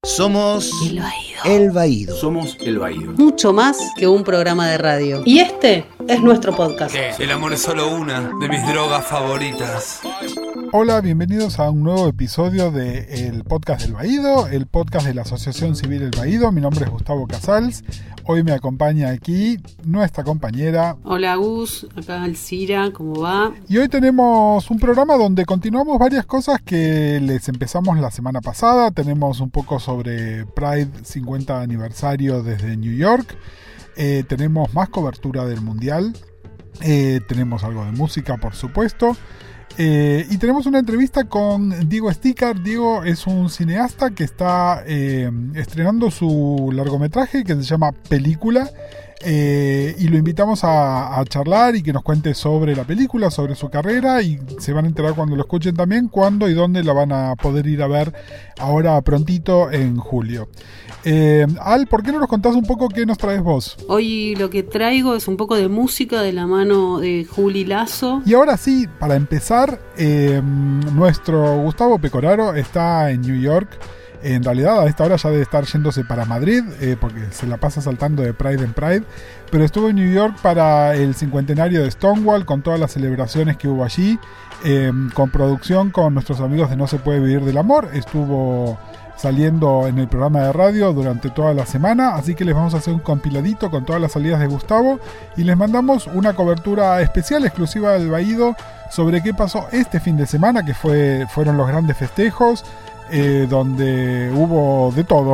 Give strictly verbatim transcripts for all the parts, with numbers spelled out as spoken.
Somos El Baído. El Baído. Somos El Baído. Mucho más que un programa de radio. Y este es nuestro podcast. El amor es solo una de mis drogas favoritas. Hola, bienvenidos a un nuevo episodio del podcast del Baído, el podcast de la Asociación Civil El Baído. Mi nombre es Gustavo Casals. Hoy me acompaña aquí nuestra compañera. Hola Gus, acá Alcira, ¿cómo va? Y hoy tenemos un programa donde continuamos varias cosas que les empezamos la semana pasada. Tenemos un poco sobre Pride cincuenta aniversario desde New York. Eh, tenemos más cobertura del Mundial. Eh, tenemos algo de música, por supuesto. Eh, y tenemos una entrevista con Diego Stickar. Diego es un cineasta que está eh, estrenando su largometraje que se llama Película, eh, y lo invitamos a, a charlar y que nos cuente sobre la película, sobre su carrera, y se van a enterar cuando lo escuchen también cuándo y dónde la van a poder ir a ver ahora prontito en julio. Eh, Al, ¿por qué no nos contás un poco qué nos traes vos? Hoy lo que traigo es un poco de música de la mano de Juli Lazo. Y ahora sí, para empezar, eh, nuestro Gustavo Pecoraro está en New York. En realidad a esta hora ya debe estar yéndose para Madrid, eh, porque se la pasa saltando de Pride en Pride, pero estuvo en New York para el cincuentenario de Stonewall, con todas las celebraciones que hubo allí, eh, con producción con nuestros amigos de No se puede vivir del amor. Estuvo saliendo en el programa de radio durante toda la semana, así que les vamos a hacer un compiladito con todas las salidas de Gustavo y les mandamos una cobertura especial exclusiva del Baído sobre qué pasó este fin de semana, que fue, fueron los grandes festejos, eh, donde hubo de todo.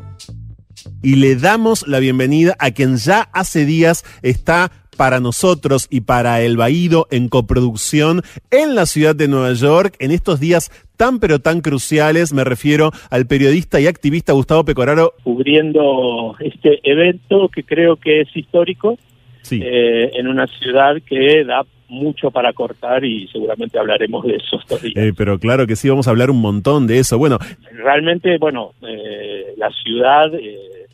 Y le damos la bienvenida a quien ya hace días está para nosotros y para El Baído en coproducción en la ciudad de Nueva York, en estos días tan pero tan cruciales. Me refiero al periodista y activista Gustavo Pecoraro, cubriendo este evento que creo que es histórico, sí. eh, en una ciudad que da mucho para cortar, y seguramente hablaremos de eso estos días. Eh, pero claro que sí, vamos a hablar un montón de eso. Bueno, realmente, bueno, eh, la ciudad eh,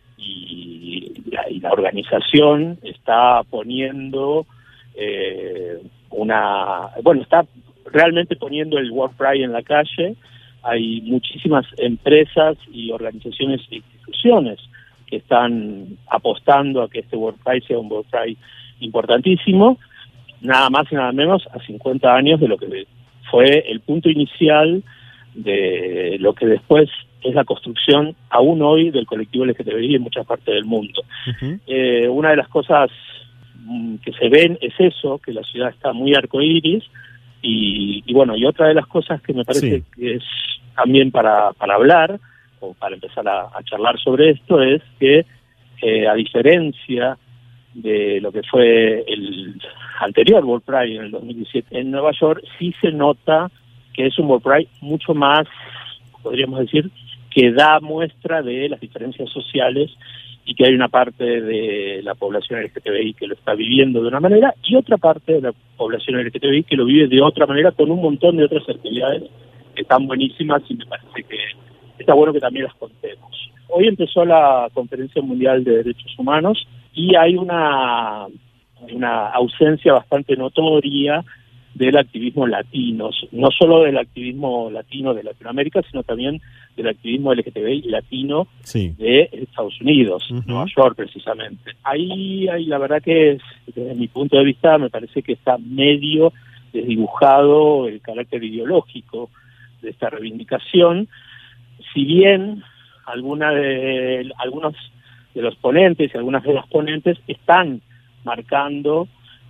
y, la, y la organización está poniendo eh, una, bueno, está realmente poniendo el World Pride en la calle. Hay muchísimas empresas y organizaciones e instituciones que están apostando a que este World Pride sea un World Pride importantísimo, nada más y nada menos a cincuenta años de lo que fue el punto inicial de lo que después es la construcción, aún hoy, del colectivo L G T B I en muchas partes del mundo. Uh-huh. Eh, una de las cosas que se ven es eso, que la ciudad está muy arcoíris, y, y bueno, y otra de las cosas que me parece sí. que es también para, para hablar, o para empezar a, a charlar sobre esto, es que eh, a diferencia de lo que fue el anterior World Pride en el dos mil diecisiete en Nueva York, sí se nota que es un World Pride mucho más, podríamos decir, que da muestra de las diferencias sociales, y que hay una parte de la población L G T B I que lo está viviendo de una manera, y otra parte de la población L G T B I que lo vive de otra manera, con un montón de otras actividades que están buenísimas, y me parece que está bueno que también las contemos. Hoy empezó la Conferencia Mundial de Derechos Humanos, y hay una, una ausencia bastante notoria del activismo latino, no solo del activismo latino de Latinoamérica, sino también del activismo L G T B I latino sí. de Estados Unidos, uh-huh. Nueva York precisamente. Ahí, ahí la verdad que, desde mi punto de vista, me parece que está medio desdibujado el carácter ideológico de esta reivindicación, si bien alguna de, algunos de los ponentes y algunas de las ponentes están marcando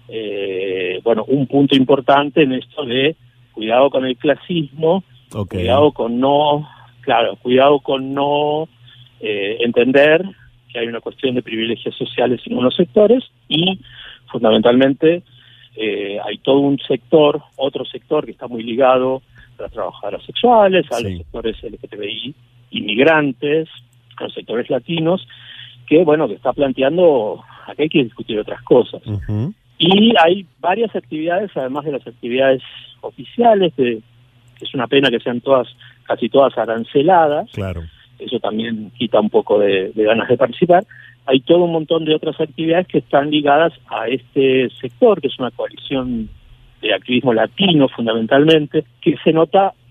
Eh, bueno, un punto importante en esto de cuidado con el clasismo, okay. cuidado con no, claro, cuidado con no eh, entender que hay una cuestión de privilegios sociales en unos sectores, y fundamentalmente eh, hay todo un sector, otro sector que está muy ligado a las trabajadoras sexuales, a sí. los sectores L G T B I, inmigrantes, a los sectores latinos, que bueno, que está planteando, acá hay que discutir otras cosas. Uh-huh. Y hay varias actividades, además de las actividades oficiales, de, que es una pena que sean todas, casi todas aranceladas. Claro. Eso también quita un poco de, de ganas de participar. Hay todo un montón de otras actividades que están ligadas a este sector, que es una coalición de activismo latino fundamentalmente, que se nota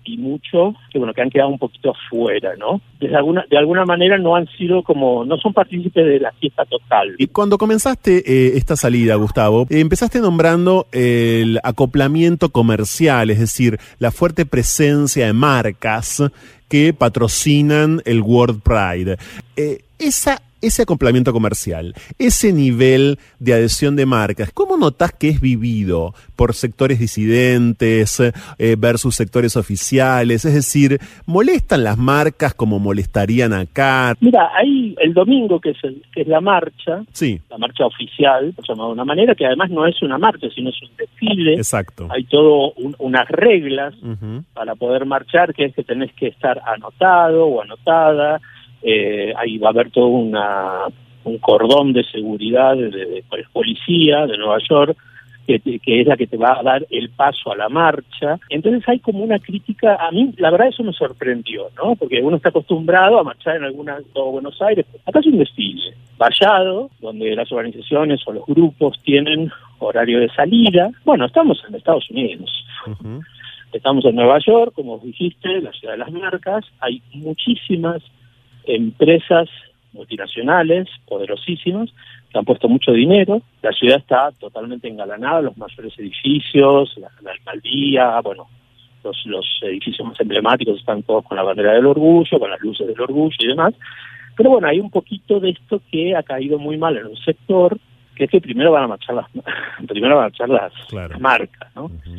y muchos que bueno que han quedado un poquito afuera, ¿no? De alguna, de alguna manera no han sido como, no son partícipes de la fiesta total. Y cuando comenzaste eh, esta salida, Gustavo, eh, empezaste nombrando el acoplamiento comercial, es decir, la fuerte presencia de marcas que patrocinan el World Pride. Eh, esa Ese acoplamiento comercial, ese nivel de adhesión de marcas, ¿cómo notás que es vivido por sectores disidentes eh, versus sectores oficiales? Es decir, ¿molestan las marcas como molestarían acá? Mira, hay el domingo, que es, el, que es la marcha, sí. la marcha oficial, por llamarlo de una manera, que además no es una marcha, sino es un desfile. Exacto. Hay todo un, unas reglas uh-huh. para poder marchar, que es que tenés que estar anotado o anotada. Eh, ahí va a haber todo una, un cordón de seguridad de, de, de policía de Nueva York, que, que es la que te va a dar el paso a la marcha. Entonces hay como una crítica, a mí la verdad eso me sorprendió, ¿no? Porque uno está acostumbrado a marchar en alguna, todo Buenos Aires. Acá es un desfile vallado, donde las organizaciones o los grupos tienen horario de salida. Bueno, estamos en Estados Unidos. Uh-huh. Estamos en Nueva York, como dijiste, la ciudad de las marcas. Hay muchísimas empresas multinacionales poderosísimas que han puesto mucho dinero. La ciudad está totalmente engalanada, los mayores edificios, la, la alcaldía, bueno, los, los edificios más emblemáticos están todos con la bandera del orgullo, con las luces del orgullo y demás. Pero bueno, hay un poquito de esto que ha caído muy mal en un sector, que es que primero van a marchar las primero van a marchar las, claro. las marcas, ¿no? Uh-huh.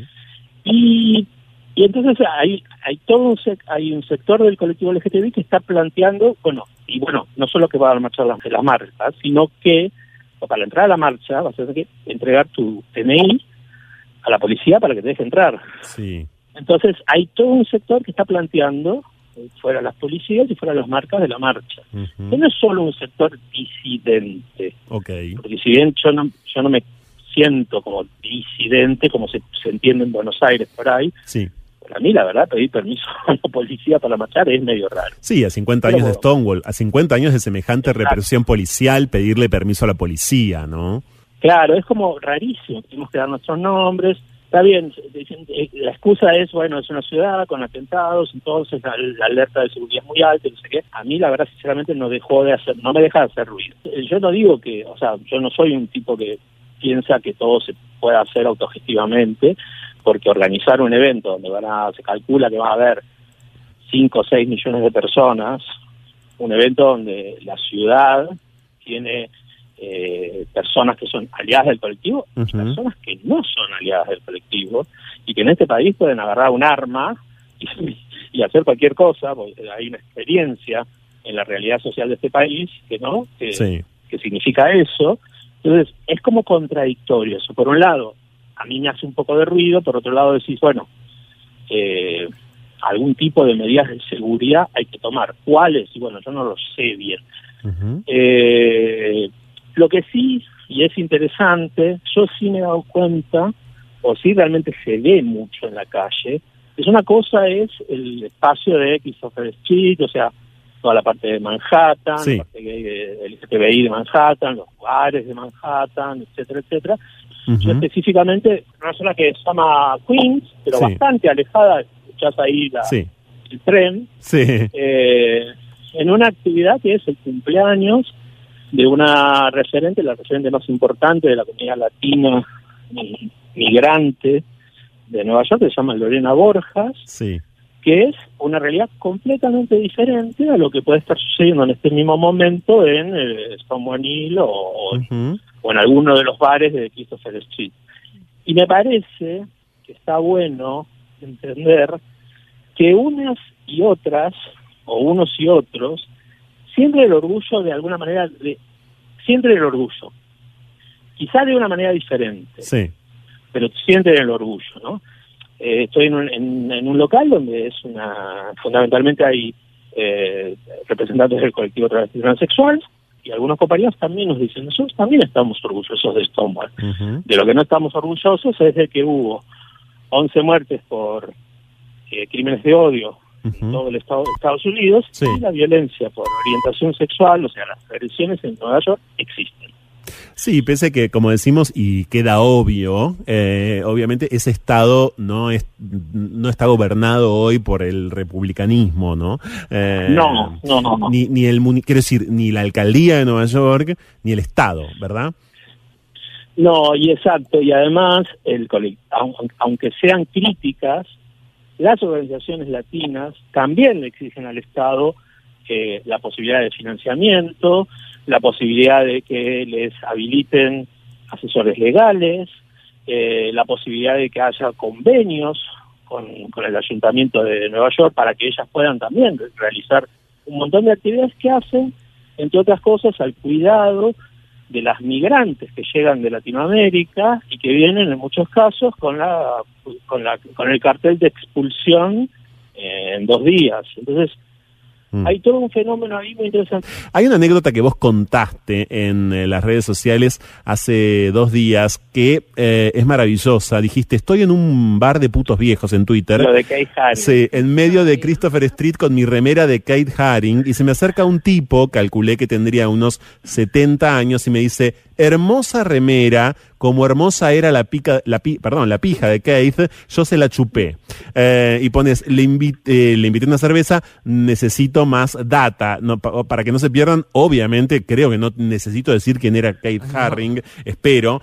Y Y entonces hay hay todo un sec, hay un sector del colectivo L G T B que está planteando, bueno, y bueno, no solo que va a marchar las, las marcas, sino que para entrar a la marcha vas a tener que entregar tu D N I a la policía para que te deje entrar. Sí. Entonces hay todo un sector que está planteando fuera las policías y fuera las marcas de la marcha. Uh-huh. No es solo un sector disidente. Okay. Porque si bien yo no, yo no me siento como disidente, como se, se entiende en Buenos Aires por ahí, sí. Para mí, la verdad, pedir permiso a la policía para marchar es medio raro. Sí, a cincuenta años Pero, de Stonewall, a cincuenta años de semejante exacto. represión policial, pedirle permiso a la policía, ¿no? Claro, es como rarísimo. Tenemos que dar nuestros nombres. Está bien, la excusa es, bueno, es una ciudad con atentados, entonces la, la alerta de seguridad es muy alta, no sé qué. A mí, la verdad, sinceramente, no dejó de hacer, no me deja de hacer ruido. Yo no digo que, o sea, yo no soy un tipo que piensa que todo se puede hacer autogestivamente, porque organizar un evento donde van a, se calcula que va a haber cinco o seis millones de personas, un evento donde la ciudad tiene eh, personas que son aliadas del colectivo uh-huh. y personas que no son aliadas del colectivo, y que en este país pueden agarrar un arma y, y hacer cualquier cosa, porque hay una experiencia en la realidad social de este país que no, que, sí. que significa eso. Entonces es como contradictorio eso. Por un lado, a mí me hace un poco de ruido, por otro lado decís, bueno, eh, algún tipo de medidas de seguridad hay que tomar. ¿Cuáles? Y bueno, yo no lo sé bien. Uh-huh. Eh, lo que sí, y es interesante, yo sí me he dado cuenta, o sí realmente se ve mucho en la calle, es una cosa es el espacio de Christopher Street, o sea, toda la parte de Manhattan, sí. la parte gay de, L G T B I de Manhattan, los bares de Manhattan, etcétera, etcétera. Uh-huh. Yo específicamente, una zona que se llama Queens, pero sí. bastante alejada, escuchás ahí la, sí. el tren, sí. eh, en una actividad que es el cumpleaños de una referente, la referente más importante de la comunidad latina migrante de Nueva York, que se llama Lorena Borjas, sí. que es una realidad completamente diferente a lo que puede estar sucediendo en este mismo momento en eh, Stonewall Inn o, uh-huh. o en alguno de los bares de Christopher Street. Y me parece que está bueno entender que unas y otras, o unos y otros, siempre el orgullo de alguna manera, de, siempre el orgullo, quizá de una manera diferente, sí. pero siempre el orgullo, ¿no? Eh, estoy en un, en, en un local donde es una, fundamentalmente hay eh, representantes del colectivo travesti transexual, y algunos compañeros también nos dicen, nosotros también estamos orgullosos de Stonewall. Uh-huh. De lo que no estamos orgullosos es de que hubo once muertes por eh, crímenes de odio uh-huh. en todo el estado de Estados Unidos, sí. y la violencia por orientación sexual, o sea, las agresiones en Nueva York existen. Sí, pese que, como decimos, y queda obvio, eh, obviamente ese Estado no es no está gobernado hoy por el republicanismo, ¿no? Eh, no, no, no, no. Ni, ni el, quiero decir, ni la alcaldía de Nueva York, ni el Estado, ¿verdad? No, y exacto, y además, el aunque sean críticas, las organizaciones latinas también le exigen al Estado eh, la posibilidad de financiamiento, la posibilidad de que les habiliten asesores legales, eh, la posibilidad de que haya convenios con, con el Ayuntamiento de Nueva York para que ellas puedan también realizar un montón de actividades que hacen, entre otras cosas, al cuidado de las migrantes que llegan de Latinoamérica y que vienen en muchos casos con la con la con el cartel de expulsión eh, en dos días. Entonces mm. hay todo un fenómeno ahí muy interesante. Hay una anécdota que vos contaste en eh, las redes sociales hace dos días que eh, es maravillosa. Dijiste, estoy en un bar de putos viejos en Twitter. Lo de Kate Haring. Sí, en medio de Christopher Street con mi remera de Kate Haring y se me acerca un tipo, calculé que tendría unos setenta años y me dice, hermosa remera, como hermosa era la pica, la pi, perdón, la pija de Keith, yo se la chupé. Eh, y pones, le invité, eh, le invité una cerveza, necesito más data, no, pa, para que no se pierdan, obviamente, creo que no necesito decir quién era Kate Haring, espero,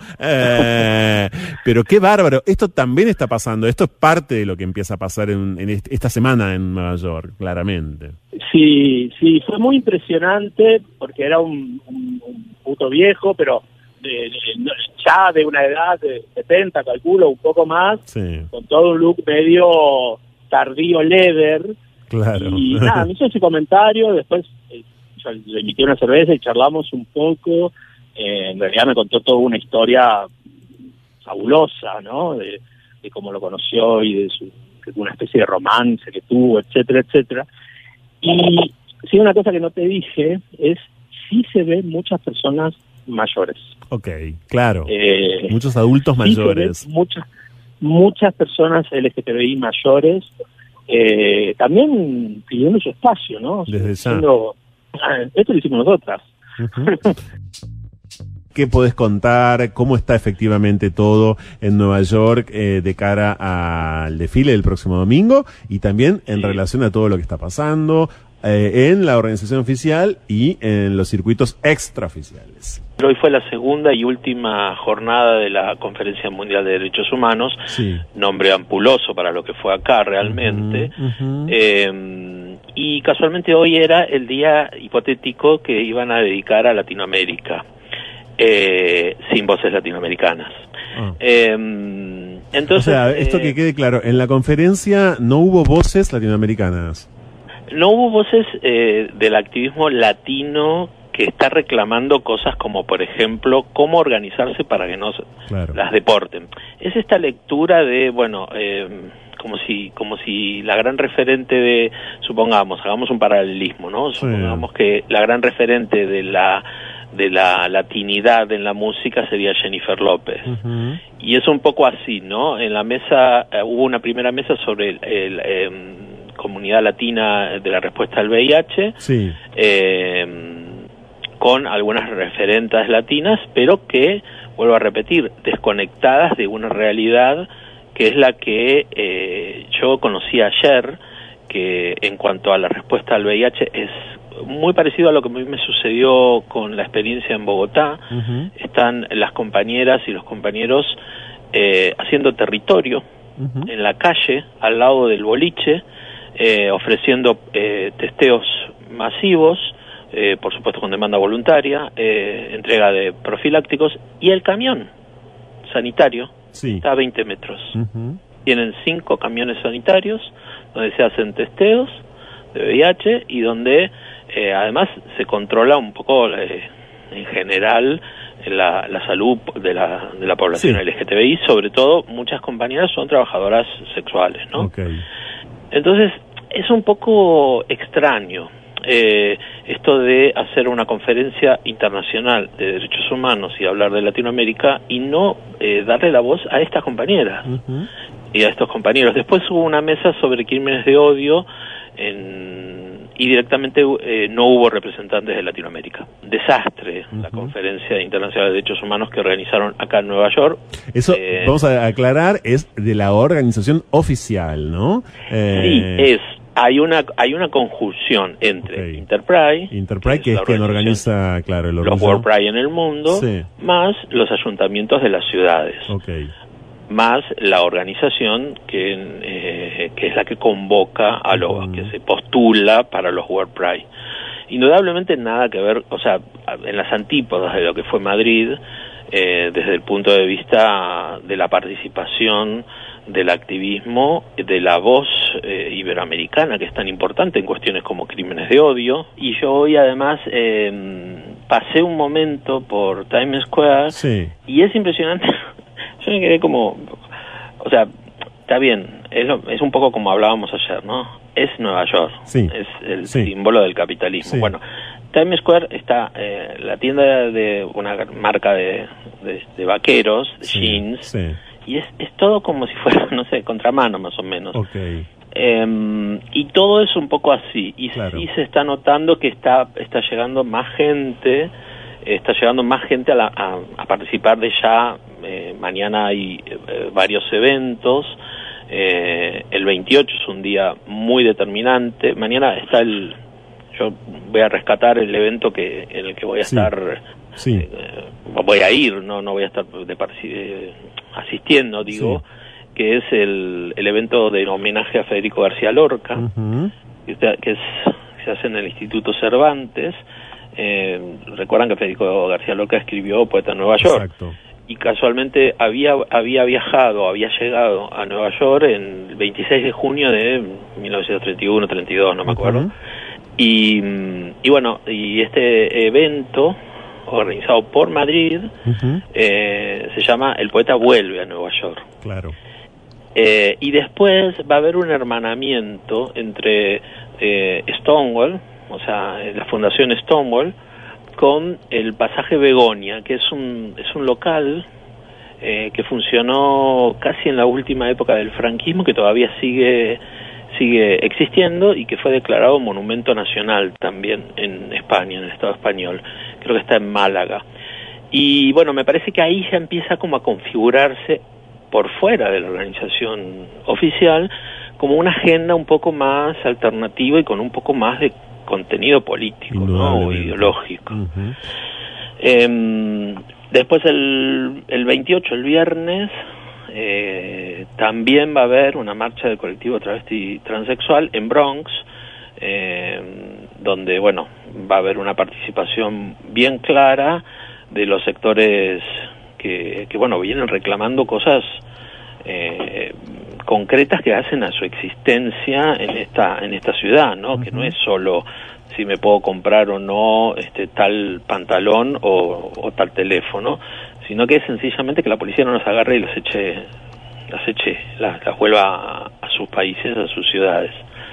eh, pero qué bárbaro, esto también está pasando, esto es parte de lo que empieza a pasar en, en este, esta semana en Nueva York, claramente. Sí, sí, fue muy impresionante porque era un, un, un puto viejo, pero de, de, ya de una edad de setenta, calculo, un poco más, sí. Con todo un look medio tardío leather. Claro. Y nada, me hizo ese comentario, después eh, yo le invité una cerveza y charlamos un poco. Eh, en realidad me contó toda una historia fabulosa, ¿no? De, de cómo lo conoció y de su, de una especie de romance que tuvo, etcétera, etcétera. Y sí, una cosa que no te dije es, sí se ven muchas personas mayores. Ok, claro. Eh, muchos adultos sí mayores. Se ven muchas, muchas personas L G T B I mayores, eh, también pidiendo su espacio, ¿no? Desde ya. Siendo, esto lo hicimos nosotras. Uh-huh. ¿Qué podés contar? ¿Cómo está efectivamente todo en Nueva York eh, de cara al desfile del próximo domingo? Y también en sí. relación a todo lo que está pasando eh, en la organización oficial y en los circuitos extraoficiales. Hoy fue la segunda y última jornada de la Conferencia Mundial de Derechos Humanos, sí. nombre ampuloso para lo que fue acá realmente. Uh-huh, uh-huh. Eh, y casualmente hoy era el día hipotético que iban a dedicar a Latinoamérica. Eh, sin voces latinoamericanas. Oh. Eh, entonces, o sea, esto eh, que quede claro, en la conferencia no hubo voces latinoamericanas. No hubo voces eh, del activismo latino que está reclamando cosas como, por ejemplo, cómo organizarse para que no claro. las deporten. Es esta lectura de, bueno, eh, como si como si la gran referente de, supongamos, hagamos un paralelismo, ¿no? Supongamos sí. que la gran referente de la de la latinidad en la música sería Jennifer López. Uh-huh. Y es un poco así, ¿no? En la mesa, uh, hubo una primera mesa sobre el, el eh, comunidad latina de la respuesta al V I H, sí. eh, con algunas referentas latinas, pero que, vuelvo a repetir, desconectadas de una realidad que es la que eh, yo conocí ayer, que en cuanto a la respuesta al V I H es muy parecido a lo que a mí me sucedió con la experiencia en Bogotá. Uh-huh. Están las compañeras y los compañeros eh, haciendo territorio uh-huh. en la calle, al lado del boliche, eh, ofreciendo eh, testeos masivos, eh, por supuesto con demanda voluntaria, eh, entrega de profilácticos, y el camión sanitario sí. está a veinte metros. Uh-huh. Tienen cinco camiones sanitarios donde se hacen testeos de V I H y donde eh, además se controla un poco eh, en general la, la salud de la, de la población sí. L G T B I, sobre todo muchas compañeras son trabajadoras sexuales, ¿no? Okay. Entonces es un poco extraño eh, esto de hacer una conferencia internacional de derechos humanos y hablar de Latinoamérica y no eh, darle la voz a estas compañeras uh-huh. y a estos compañeros. Después hubo una mesa sobre crímenes de odio en y directamente eh, no hubo representantes de Latinoamérica. Desastre, uh-huh. La Conferencia Internacional de Derechos Humanos que organizaron acá en Nueva York. Eso, eh, vamos a aclarar, es de la organización oficial, ¿no? Eh, sí, es. Hay una hay una conjunción entre okay. Interpride, Interpride que es, que es quien organiza, claro, el los World Pride en el mundo, sí. más los ayuntamientos de las ciudades, okay. más la organización que eh, que es la que convoca a los uh-huh. que se postula para los World Pride. Indudablemente nada que ver, o sea, en las antípodas de lo que fue Madrid, eh, desde el punto de vista de la participación, del activismo, de la voz eh, iberoamericana, que es tan importante en cuestiones como crímenes de odio. Y yo hoy además eh, pasé un momento por Times Square, sí. y es impresionante. Yo me quedé como, o sea, está bien, es, lo, es un poco como hablábamos ayer, ¿no? Es Nueva York, sí. es el sí. símbolo del capitalismo. Sí. Bueno, Times Square está eh, la tienda de una marca de, de, de vaqueros, de sí. jeans, sí. y es, es todo como si fuera, no sé, contramano más o menos. Okay. Eh, y todo es un poco así, y claro. sí se está notando que está está llegando más gente, está llegando más gente a, la, a, a participar de ya, eh, mañana hay eh, varios eventos, eh, el veintiocho es un día muy determinante, mañana está el, yo voy a rescatar el evento que en el que voy a sí. estar, sí. Eh, voy a ir, no no voy a estar de, de, asistiendo, digo, sí. que es el, el evento de homenaje a Federico García Lorca, uh-huh. que, que es, se hace en el Instituto Cervantes. Eh, recuerdan que Federico García Lorca escribió Poeta en Nueva York. Exacto. Y casualmente había había viajado, había llegado a Nueva York en el veintiséis de junio de mil novecientos treinta y uno, treinta y dos, no me acuerdo. Uh-huh. Y, y bueno, y este evento organizado por Madrid, uh-huh. eh, se llama El Poeta Vuelve a Nueva York. Claro. Eh, y después va a haber un hermanamiento entre eh, Stonewall, o sea, la Fundación Stonewall, con el Pasaje Begonia, que es un es un local eh, que funcionó casi en la última época del franquismo, que todavía sigue sigue existiendo y que fue declarado monumento nacional también en España, en el Estado español. Creo que está en Málaga. Y bueno, me parece que ahí ya empieza como a configurarse por fuera de la organización oficial como una agenda un poco más alternativa y con un poco más de contenido político, ¿no? O ideológico. Uh-huh. Eh, después el, el veintiocho, el viernes, eh, también va a haber una marcha del colectivo travesti transexual en Bronx, eh, donde, bueno, va a haber una participación bien clara de los sectores que, que bueno, vienen reclamando cosas eh, concretas que hacen a su existencia en esta en esta ciudad, ¿no? Uh-huh. Que no es solo si me puedo comprar o no este tal pantalón o, o tal teléfono, sino que es sencillamente que la policía no los agarre y los eche, las eche, las, las vuelva a, a sus países, a sus ciudades.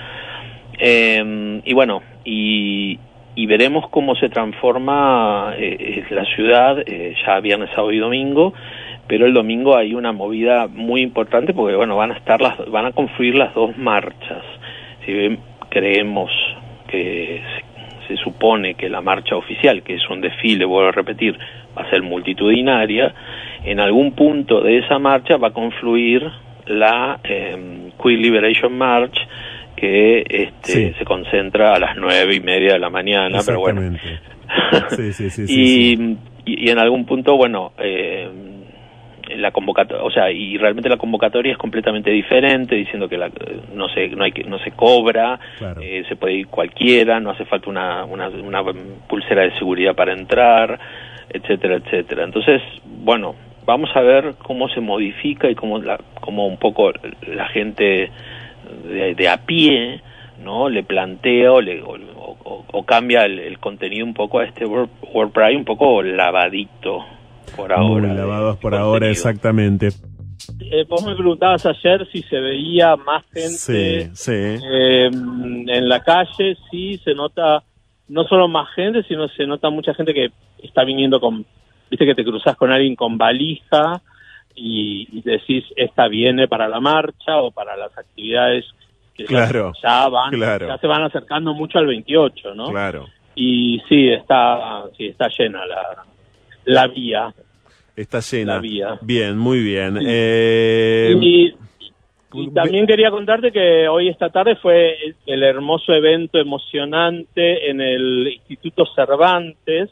Eh, y bueno, y, y veremos cómo se transforma eh, la ciudad eh, ya viernes, sábado y domingo. Pero el domingo hay una movida muy importante porque bueno, van a estar las van a confluir las dos marchas. Si bien creemos que se, se supone que la marcha oficial, que es un desfile, vuelvo a repetir, va a ser multitudinaria, en algún punto de esa marcha va a confluir la eh, Queer Liberation March, que este sí. se concentra a las nueve y media de la mañana, pero bueno. sí, sí, sí, y, sí, sí. Y, y en algún punto, bueno, eh, la convocatoria, o sea, y realmente la convocatoria es completamente diferente, diciendo que la, no se no hay que no se cobra, claro. eh, se puede ir cualquiera, no hace falta una, una una pulsera de seguridad para entrar, etcétera, etcétera. Entonces, bueno, vamos a ver cómo se modifica y cómo la cómo un poco la gente de, de a pie, ¿no? Le plantea o le o, o, o cambia el, el contenido un poco a este World, World Pride un poco lavadito. Por ahora. Muy lavados por ahora, exactamente. Eh, vos me preguntabas ayer si se veía más gente sí, sí. Eh, en la calle. Sí, se nota, no solo más gente, sino se nota mucha gente que está viniendo con, viste que te cruzás con alguien con valija y, y decís, esta viene para la marcha o para las actividades que claro, ya, ya van, claro. ya se van acercando mucho al veintiocho, ¿no? Claro. Y sí, está, sí, está llena la, la vía. Está llena. La vía. Bien, muy bien. Sí. Eh... Y, y también quería contarte que hoy esta tarde fue el, el hermoso evento emocionante en el Instituto Cervantes,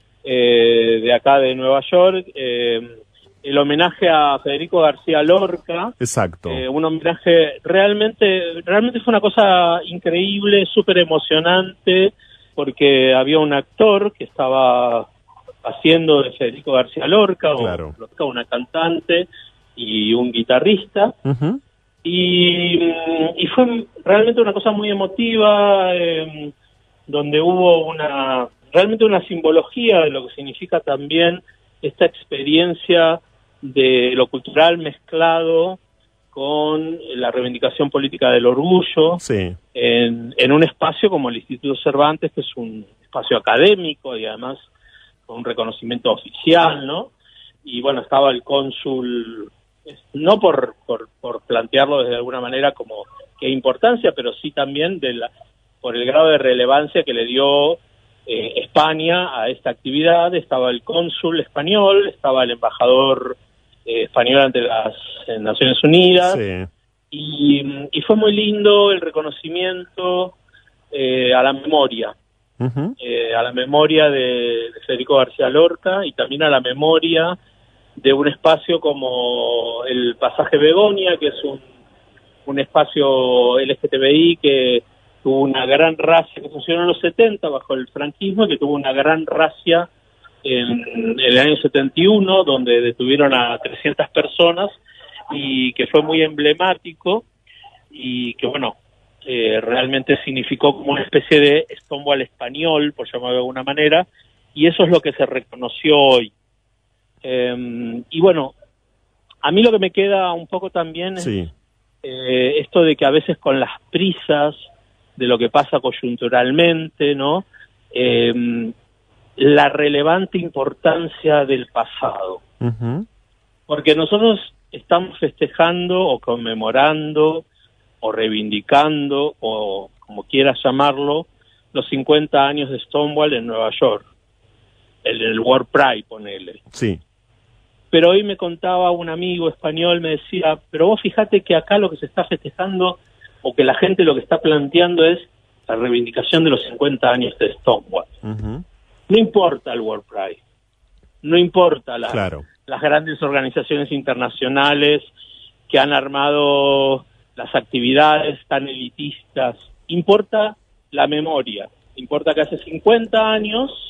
eh, de acá de Nueva York, eh, el homenaje a Federico García Lorca. Exacto. Eh, un homenaje realmente, realmente fue una cosa increíble, súper emocionante, porque había un actor que estaba haciendo de Federico García Lorca, claro. o una cantante y un guitarrista. Uh-huh. Y, y fue realmente una cosa muy emotiva, eh, donde hubo una realmente una simbología de lo que significa también esta experiencia de lo cultural mezclado con la reivindicación política del orgullo, sí. en, en un espacio como el Instituto Cervantes, que es un espacio académico y además con un reconocimiento oficial, ¿no? Y bueno, estaba el cónsul, no por, por, por plantearlo desde alguna manera como qué importancia, pero sí también de la, por el grado de relevancia que le dio eh, España a esta actividad. Estaba el cónsul español, estaba el embajador eh, español ante las eh, Naciones Unidas, sí. y, y fue muy lindo el reconocimiento eh, a la memoria, uh-huh. eh, a la memoria de, de Federico García Lorca, y también a la memoria de un espacio como el Pasaje Begonia, que es un, un espacio L G T B I que tuvo una gran racia, que funcionó en los setenta bajo el franquismo, y que tuvo una gran racia en, en el año setenta y uno, donde detuvieron a trescientas personas, y que fue muy emblemático, y que bueno, eh, realmente significó como una especie de Stonewall español, por llamarlo de alguna manera, y eso es lo que se reconoció hoy. Eh, y bueno, a mí lo que me queda un poco también es sí. eh, esto de que a veces con las prisas de lo que pasa coyunturalmente, ¿no? Eh, la relevante importancia del pasado. Uh-huh. Porque nosotros estamos festejando o conmemorando o reivindicando, o como quieras llamarlo, los cincuenta años de Stonewall en Nueva York. El, el World Pride, ponele. Sí. Pero hoy me contaba un amigo español, me decía, pero vos fíjate que acá lo que se está festejando, o que la gente lo que está planteando, es la reivindicación de los cincuenta años de Stonewall. Uh-huh. No importa el World Pride, no importa la, claro. las grandes organizaciones internacionales que han armado las actividades tan elitistas, importa la memoria, importa que hace cincuenta años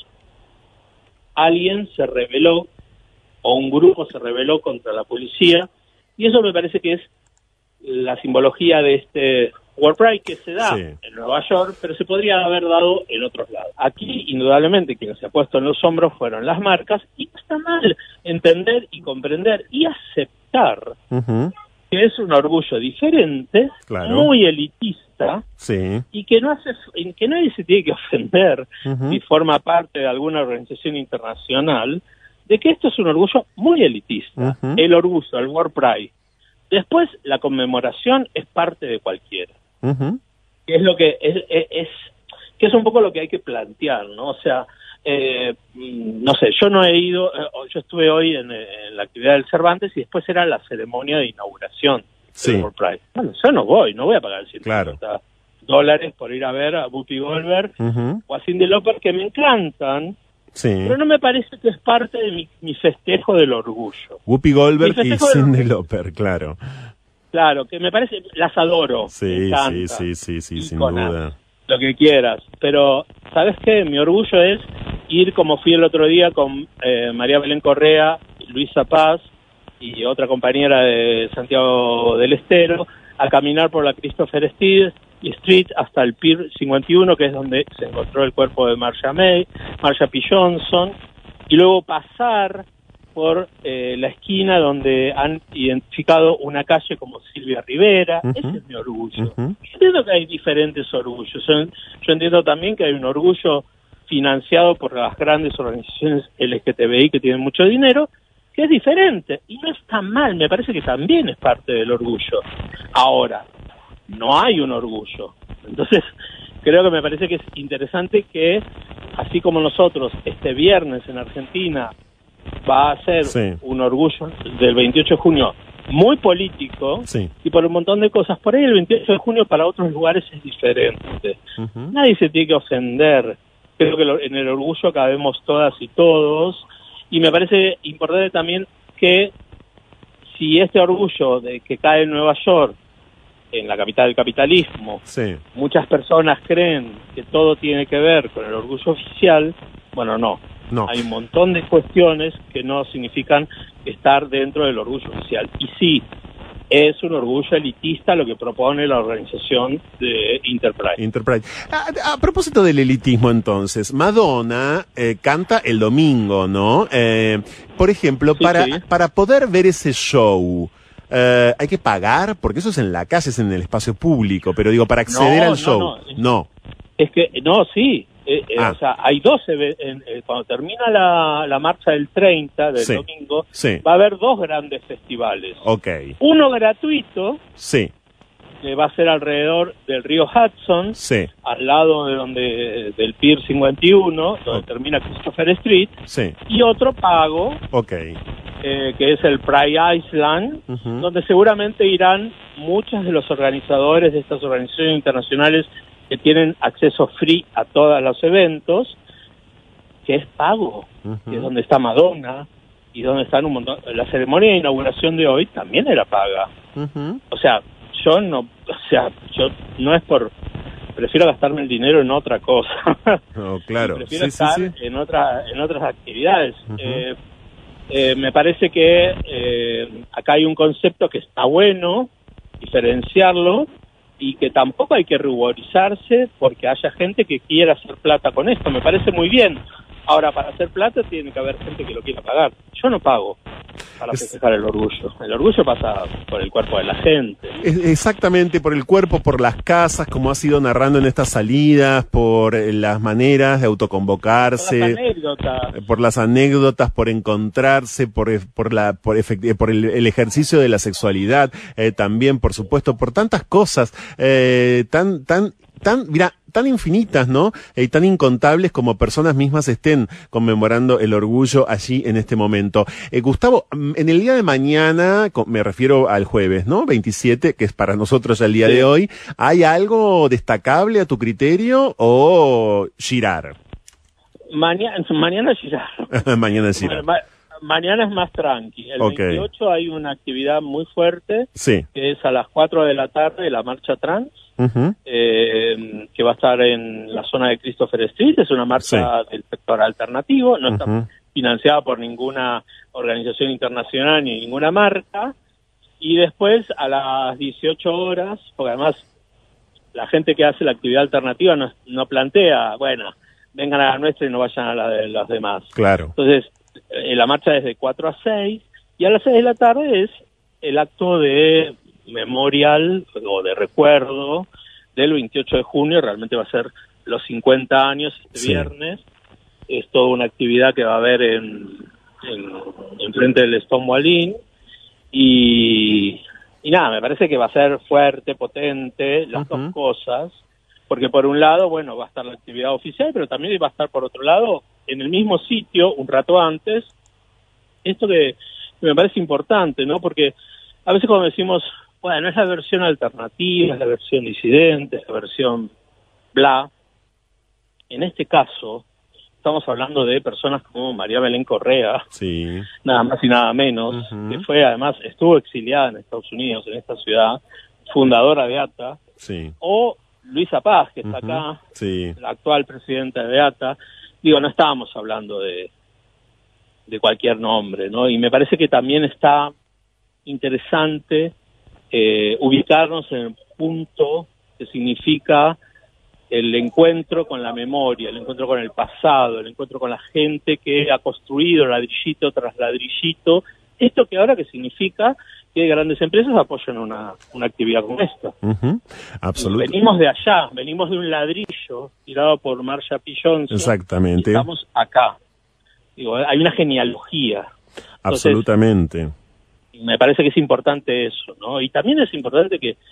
alguien se rebeló, o un grupo se rebeló contra la policía, y eso me parece que es la simbología de este World Pride, que se da sí. en Nueva York, pero se podría haber dado en otros lados. Aquí, indudablemente, quien se ha puesto en los hombros fueron las marcas, y no está mal entender y comprender y aceptar uh-huh. que es un orgullo diferente, claro. muy elitista, sí. y que no hace, que nadie se tiene que ofender uh-huh. si forma parte de alguna organización internacional, de que esto es un orgullo muy elitista, uh-huh. el orgullo, el World Pride. Después, la conmemoración es parte de cualquiera. Uh-huh. Que es lo que es, es, es, que es un poco lo que hay que plantear, ¿no? O sea, eh, no sé, yo no he ido, eh, yo estuve hoy en, en la actividad del Cervantes, y después era la ceremonia de inauguración sí. del World Pride. Bueno, yo no voy, no voy a pagar ciento cincuenta claro. dólares por ir a ver a Whoopi Goldberg uh-huh. o a Cyndi Lauper, que me encantan. Sí. Pero no me parece que es parte de mi, mi festejo del orgullo. Whoopi Goldberg y Cyndi Lauper, claro. Claro, que me parece, las adoro. Sí, sí, sí, sí, sí, sin duda. Lo que quieras. Pero, ¿sabes qué? Mi orgullo es ir como fui el otro día con eh, María Belén Correa, Luisa Paz y otra compañera de Santiago del Estero, a caminar por la Christopher Street Street hasta el Pier cincuenta y uno, que es donde se encontró el cuerpo de Marsha May, Marsha P. Johnson, y luego pasar por eh, la esquina donde han identificado una calle como Silvia Rivera. Uh-huh. Ese es mi orgullo. Uh-huh. Yo entiendo que hay diferentes orgullos. Yo, yo entiendo también que hay un orgullo financiado por las grandes organizaciones L G T B I que tienen mucho dinero, que es diferente, y no está mal, me parece que también es parte del orgullo. Ahora, no hay un orgullo. Entonces, creo que me parece que es interesante que, así como nosotros, este viernes en Argentina va a ser sí. un orgullo del veintiocho de junio muy político, sí. y por un montón de cosas, por ahí el veintiocho de junio para otros lugares es diferente. Uh-huh. Nadie se tiene que ofender. Creo que lo, en el orgullo cabemos todas y todos, y me parece importante también que si este orgullo de que cae en Nueva York, en la capital del capitalismo, sí. muchas personas creen que todo tiene que ver con el orgullo oficial, bueno, no. no. Hay un montón de cuestiones que no significan estar dentro del orgullo oficial. Y sí, es un orgullo elitista lo que propone la organización de Interpride. Interpride. A, a propósito del elitismo, entonces, Madonna eh, canta el domingo, ¿no? Eh, por ejemplo, sí, para, sí. para poder ver ese show, eh, ¿hay que pagar? Porque eso es en la calle, es en el espacio público, pero digo, para acceder no, al show, no. No. no. Es que, no, sí. Eh, eh, ah. O sea, hay dos, en, eh, cuando termina la, la marcha del treinta, del sí. domingo, sí. va a haber dos grandes festivales. Okay. Uno gratuito, sí. que va a ser alrededor del río Hudson, sí. al lado de donde del Pier cincuenta y uno, donde okay. termina Christopher Street, sí. y otro pago, okay. eh, que es el Pride Island, uh-huh. donde seguramente irán muchos de los organizadores de estas organizaciones internacionales que tienen acceso free a todos los eventos, que es pago, uh-huh. que es donde está Madonna, y donde están un montón. La ceremonia de inauguración de hoy también era paga. Uh-huh. O sea, yo no, o sea, yo no es por, prefiero gastarme el dinero en otra cosa. Oh, claro. prefiero sí, estar sí, sí. en otra, en otras actividades. Uh-huh. Eh, eh, me parece que eh, acá hay un concepto que está bueno, diferenciarlo, y que tampoco hay que ruborizarse porque haya gente que quiera hacer plata con esto. Me parece muy bien. Ahora, para hacer plata tiene que haber gente que lo quiera pagar. Yo no pago para festejar el orgullo. El orgullo pasa por el cuerpo de la gente. Exactamente, por el cuerpo, por las casas, como has ido narrando en estas salidas, por las maneras de autoconvocarse. Por las anécdotas. Por las anécdotas, por encontrarse, por, por, la, por, efect- por el, el ejercicio de la sexualidad, eh, también, por supuesto, por tantas cosas eh, tan, tan, tan, mira, tan infinitas, ¿no? Y tan incontables como personas mismas estén conmemorando el orgullo allí en este momento. Eh, Gustavo, en el día de mañana, me refiero al jueves, ¿no? veintisiete, que es para nosotros ya el día sí. de hoy, ¿hay algo destacable a tu criterio o girar? Mañana, mañana girar. mañana girar. Ma- mañana es más tranqui. El okay. veintiocho hay una actividad muy fuerte, sí. que es a las cuatro de la tarde, la marcha trans. Uh-huh. Eh, que va a estar en la zona de Christopher Street. Es una marcha sí. del sector alternativo, no uh-huh. está financiada por ninguna organización internacional ni ninguna marca. Y después a las dieciocho horas, porque además la gente que hace la actividad alternativa no, no plantea, bueno, vengan a la nuestra y no vayan a la de los demás. Claro. Entonces eh, la marcha es de cuatro a seis, y a las seis de la tarde es el acto de memorial o de recuerdo del veintiocho de junio. Realmente va a ser los cincuenta años este sí. viernes. Es toda una actividad que va a haber en, en, en frente del Stonewall Inn, y, y nada, me parece que va a ser fuerte, potente, las uh-huh. dos cosas, porque por un lado, bueno, va a estar la actividad oficial, pero también va a estar por otro lado, en el mismo sitio, un rato antes, esto que, que me parece importante, ¿no? Porque a veces cuando decimos, bueno, es la versión alternativa, es la versión disidente, es la versión bla. En este caso, estamos hablando de personas como María Belén Correa, sí. nada más y nada menos, uh-huh. que fue, además, estuvo exiliada en Estados Unidos, en esta ciudad, fundadora de A T A, sí. o Luisa Paz, que está uh-huh. acá, sí. la actual presidenta de A T A. Digo, no estábamos hablando de, de cualquier nombre, ¿no? Y me parece que también está interesante eh, ubicarnos en el punto que significa el encuentro con la memoria, el encuentro con el pasado, el encuentro con la gente que ha construido ladrillito tras ladrillito, esto que ahora que significa que grandes empresas apoyan una, una actividad como esta. Uh-huh. Absolutamente. Venimos de allá, venimos de un ladrillo tirado por Marsha P. Johnson. Exactamente. Y estamos acá. Digo, hay una genealogía. Absolutamente. Entonces, me parece que es importante eso, ¿no? Y también es importante que,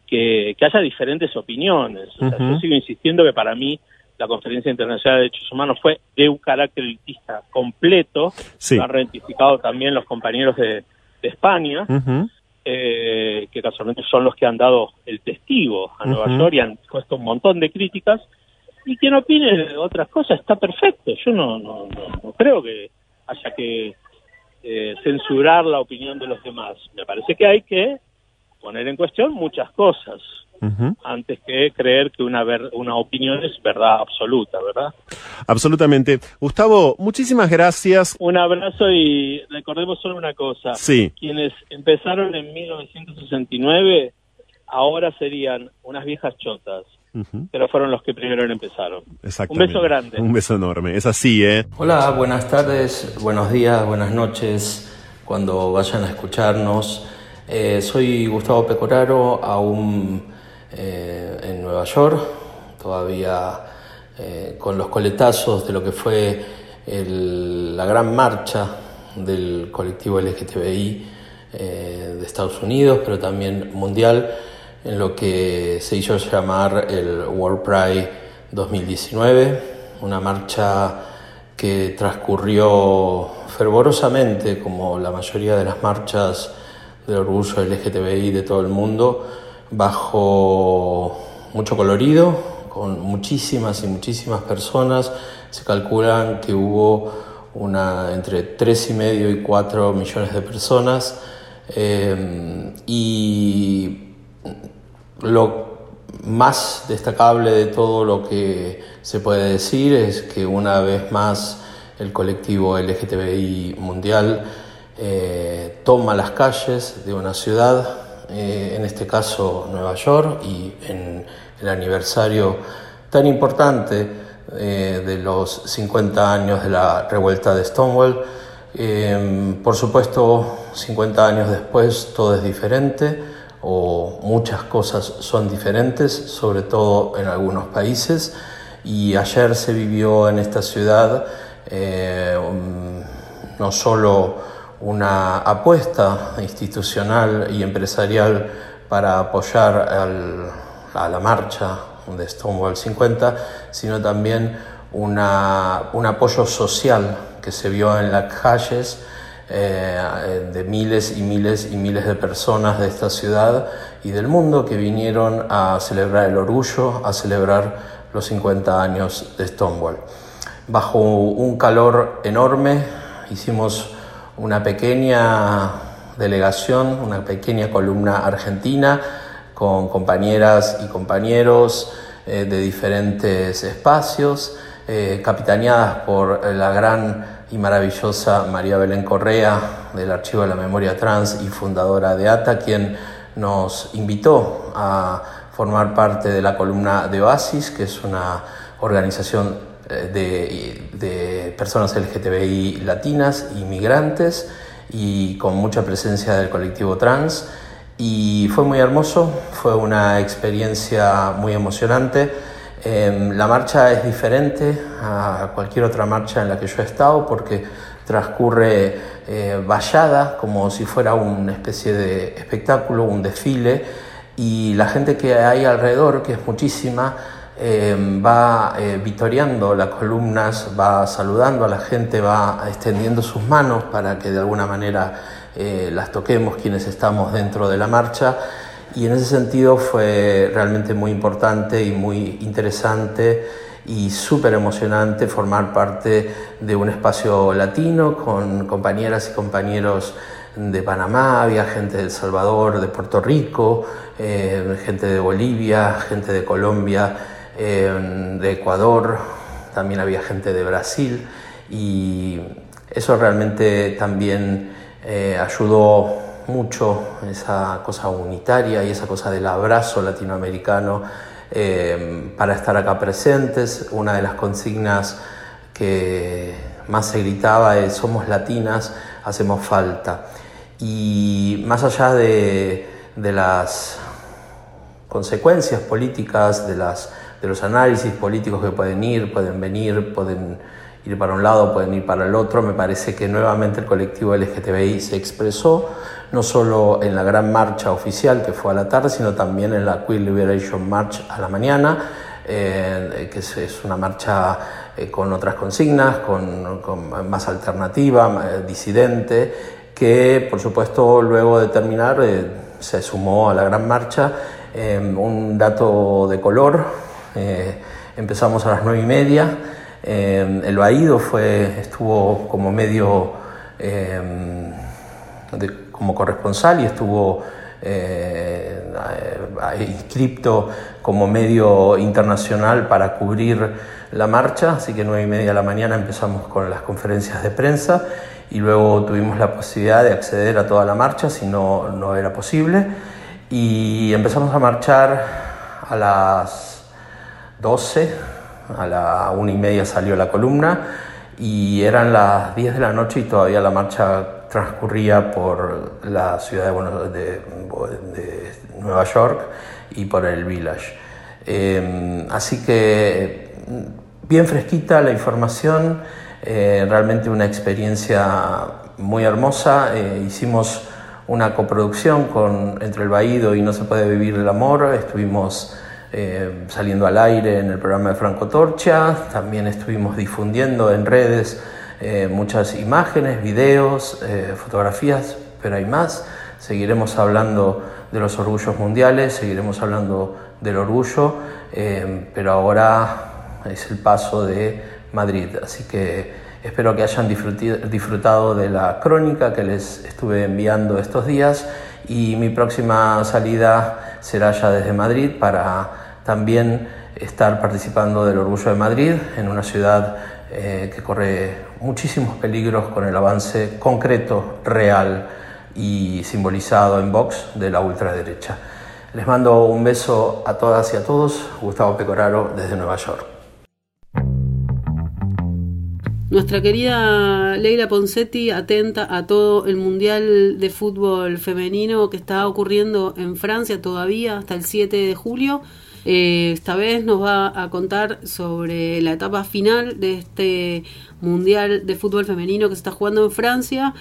que, que haya diferentes opiniones. O sea, Uh-huh. yo sigo insistiendo que para mí la Conferencia Internacional de Derechos Humanos fue de un carácter elitista completo. Sí. Lo han ratificado también los compañeros de, de España, Uh-huh. eh, que casualmente son los que han dado el testigo a Nueva Uh-huh. York y han puesto un montón de críticas. Y quien opine de otras cosas está perfecto. Yo no, no, no, no creo que haya que eh, censurar la opinión de los demás. Me parece que hay que poner en cuestión muchas cosas Uh-huh. antes que creer que una ver, una opinión es verdad absoluta, ¿verdad? Absolutamente. Gustavo, muchísimas gracias. Un abrazo y recordemos solo una cosa. Sí. Quienes empezaron en mil novecientos sesenta y nueve ahora serían unas viejas chotas, Uh-huh. pero fueron los que primero empezaron. Un Exactamente. beso grande. Un beso enorme. Es así, ¿eh? Hola, buenas tardes, buenos días, buenas noches, cuando vayan a escucharnos. Eh, soy Gustavo Pecoraro, aún eh, en Nueva York, todavía eh, con los coletazos de lo que fue el, la gran marcha del colectivo L G T B I eh, de Estados Unidos, pero también mundial, en lo que se hizo llamar el World Pride dos mil diecinueve, una marcha que transcurrió fervorosamente, como la mayoría de las marchas del orgullo L G T B I de todo el mundo, bajo mucho colorido, con muchísimas y muchísimas personas. Se calculan que hubo una entre tres y medio y cuatro millones de personas, eh, y lo más destacable de todo lo que se puede decir es que una vez más el colectivo L G T B I mundial eh, toma las calles de una ciudad, eh, en este caso Nueva York, y en el aniversario tan importante eh, de los cincuenta años de la revuelta de Stonewall. Eh, por supuesto, cincuenta años después todo es diferente, o muchas cosas son diferentes, sobre todo en algunos países, y ayer se vivió en esta ciudad eh, un, no solo una apuesta institucional y empresarial para apoyar al, a la marcha de Stonewall cincuenta, sino también una, un apoyo social que se vio en las calles, Eh, de miles y miles y miles de personas de esta ciudad y del mundo que vinieron a celebrar el orgullo, a celebrar los cincuenta años de Stonewall. Bajo un calor enorme hicimos una pequeña delegación, una pequeña columna argentina con compañeras y compañeros eh, de diferentes espacios, eh, capitaneadas por la gran y maravillosa María Belén Correa del Archivo de la Memoria Trans y fundadora de A T A, quien nos invitó a formar parte de la columna de Oasis, que es una organización de, de personas L G T B I latinas y migrantes, y con mucha presencia del colectivo trans. Y fue muy hermoso, fue una experiencia muy emocionante. Eh, la marcha es diferente a cualquier otra marcha en la que yo he estado, porque transcurre eh, vallada, como si fuera una especie de espectáculo, un desfile, y la gente que hay alrededor, que es muchísima, eh, va eh, vitoreando las columnas, va saludando a la gente, va extendiendo sus manos para que de alguna manera eh, las toquemos quienes estamos dentro de la marcha. Y en ese sentido fue realmente muy importante y muy interesante y súper emocionante formar parte de un espacio latino con compañeras y compañeros de Panamá, había gente de El Salvador, de Puerto Rico, eh, gente de Bolivia, gente de Colombia, eh, de Ecuador, también había gente de Brasil, y eso realmente también eh, ayudó mucho, esa cosa unitaria y esa cosa del abrazo latinoamericano, eh, para estar acá presentes. Una de las consignas que más se gritaba es: somos latinas, hacemos falta. Y más allá de, de las consecuencias políticas, de, las, de los análisis políticos que pueden ir, pueden venir, pueden ir para un lado, pueden ir para el otro. Me parece que nuevamente el colectivo L G T B I se expresó, no solo en la gran marcha oficial que fue a la tarde, sino también en la Queer Liberation March a la mañana, eh, que es, es una marcha eh, con otras consignas, con, con más alternativa, más disidente, que por supuesto luego de terminar eh, se sumó a la gran marcha. Eh, un dato de color, eh, empezamos a las nueve y media, eh, el Baído fue, estuvo como medio... Eh, de, como corresponsal y estuvo eh, eh, inscripto como medio internacional para cubrir la marcha, así que nueve y media de la mañana empezamos con las conferencias de prensa y luego tuvimos la posibilidad de acceder a toda la marcha si no, no era posible, y empezamos a marchar a las doce, a la una y media salió la columna y eran las diez de la noche y todavía la marcha transcurría por la ciudad de, bueno, de, de Nueva York y por el Village. Eh, así que bien fresquita la información, eh, realmente una experiencia muy hermosa. Eh, hicimos una coproducción con, entre El Baído y No se puede vivir del amor. Estuvimos eh, saliendo al aire en el programa de Franco Torcha, también estuvimos difundiendo en redes Eh, muchas imágenes, videos, eh, fotografías, pero hay más. Seguiremos hablando de los orgullos mundiales, seguiremos hablando del orgullo, eh, pero ahora es el paso de Madrid. Así que espero que hayan disfrutado de la crónica que les estuve enviando estos días, y mi próxima salida será ya desde Madrid para también estar participando del Orgullo de Madrid, en una ciudad eh, que corre muchísimos peligros con el avance concreto, real y simbolizado en Vox de la ultraderecha. Les mando un beso a todas y a todos. Gustavo Pecoraro desde Nueva York. Nuestra querida Leila Ponseti, atenta a todo el Mundial de Fútbol Femenino que está ocurriendo en Francia todavía hasta el siete de julio. Eh, esta vez nos va a contar sobre la etapa final de este Mundial de Fútbol Femenino que se está jugando en Francia.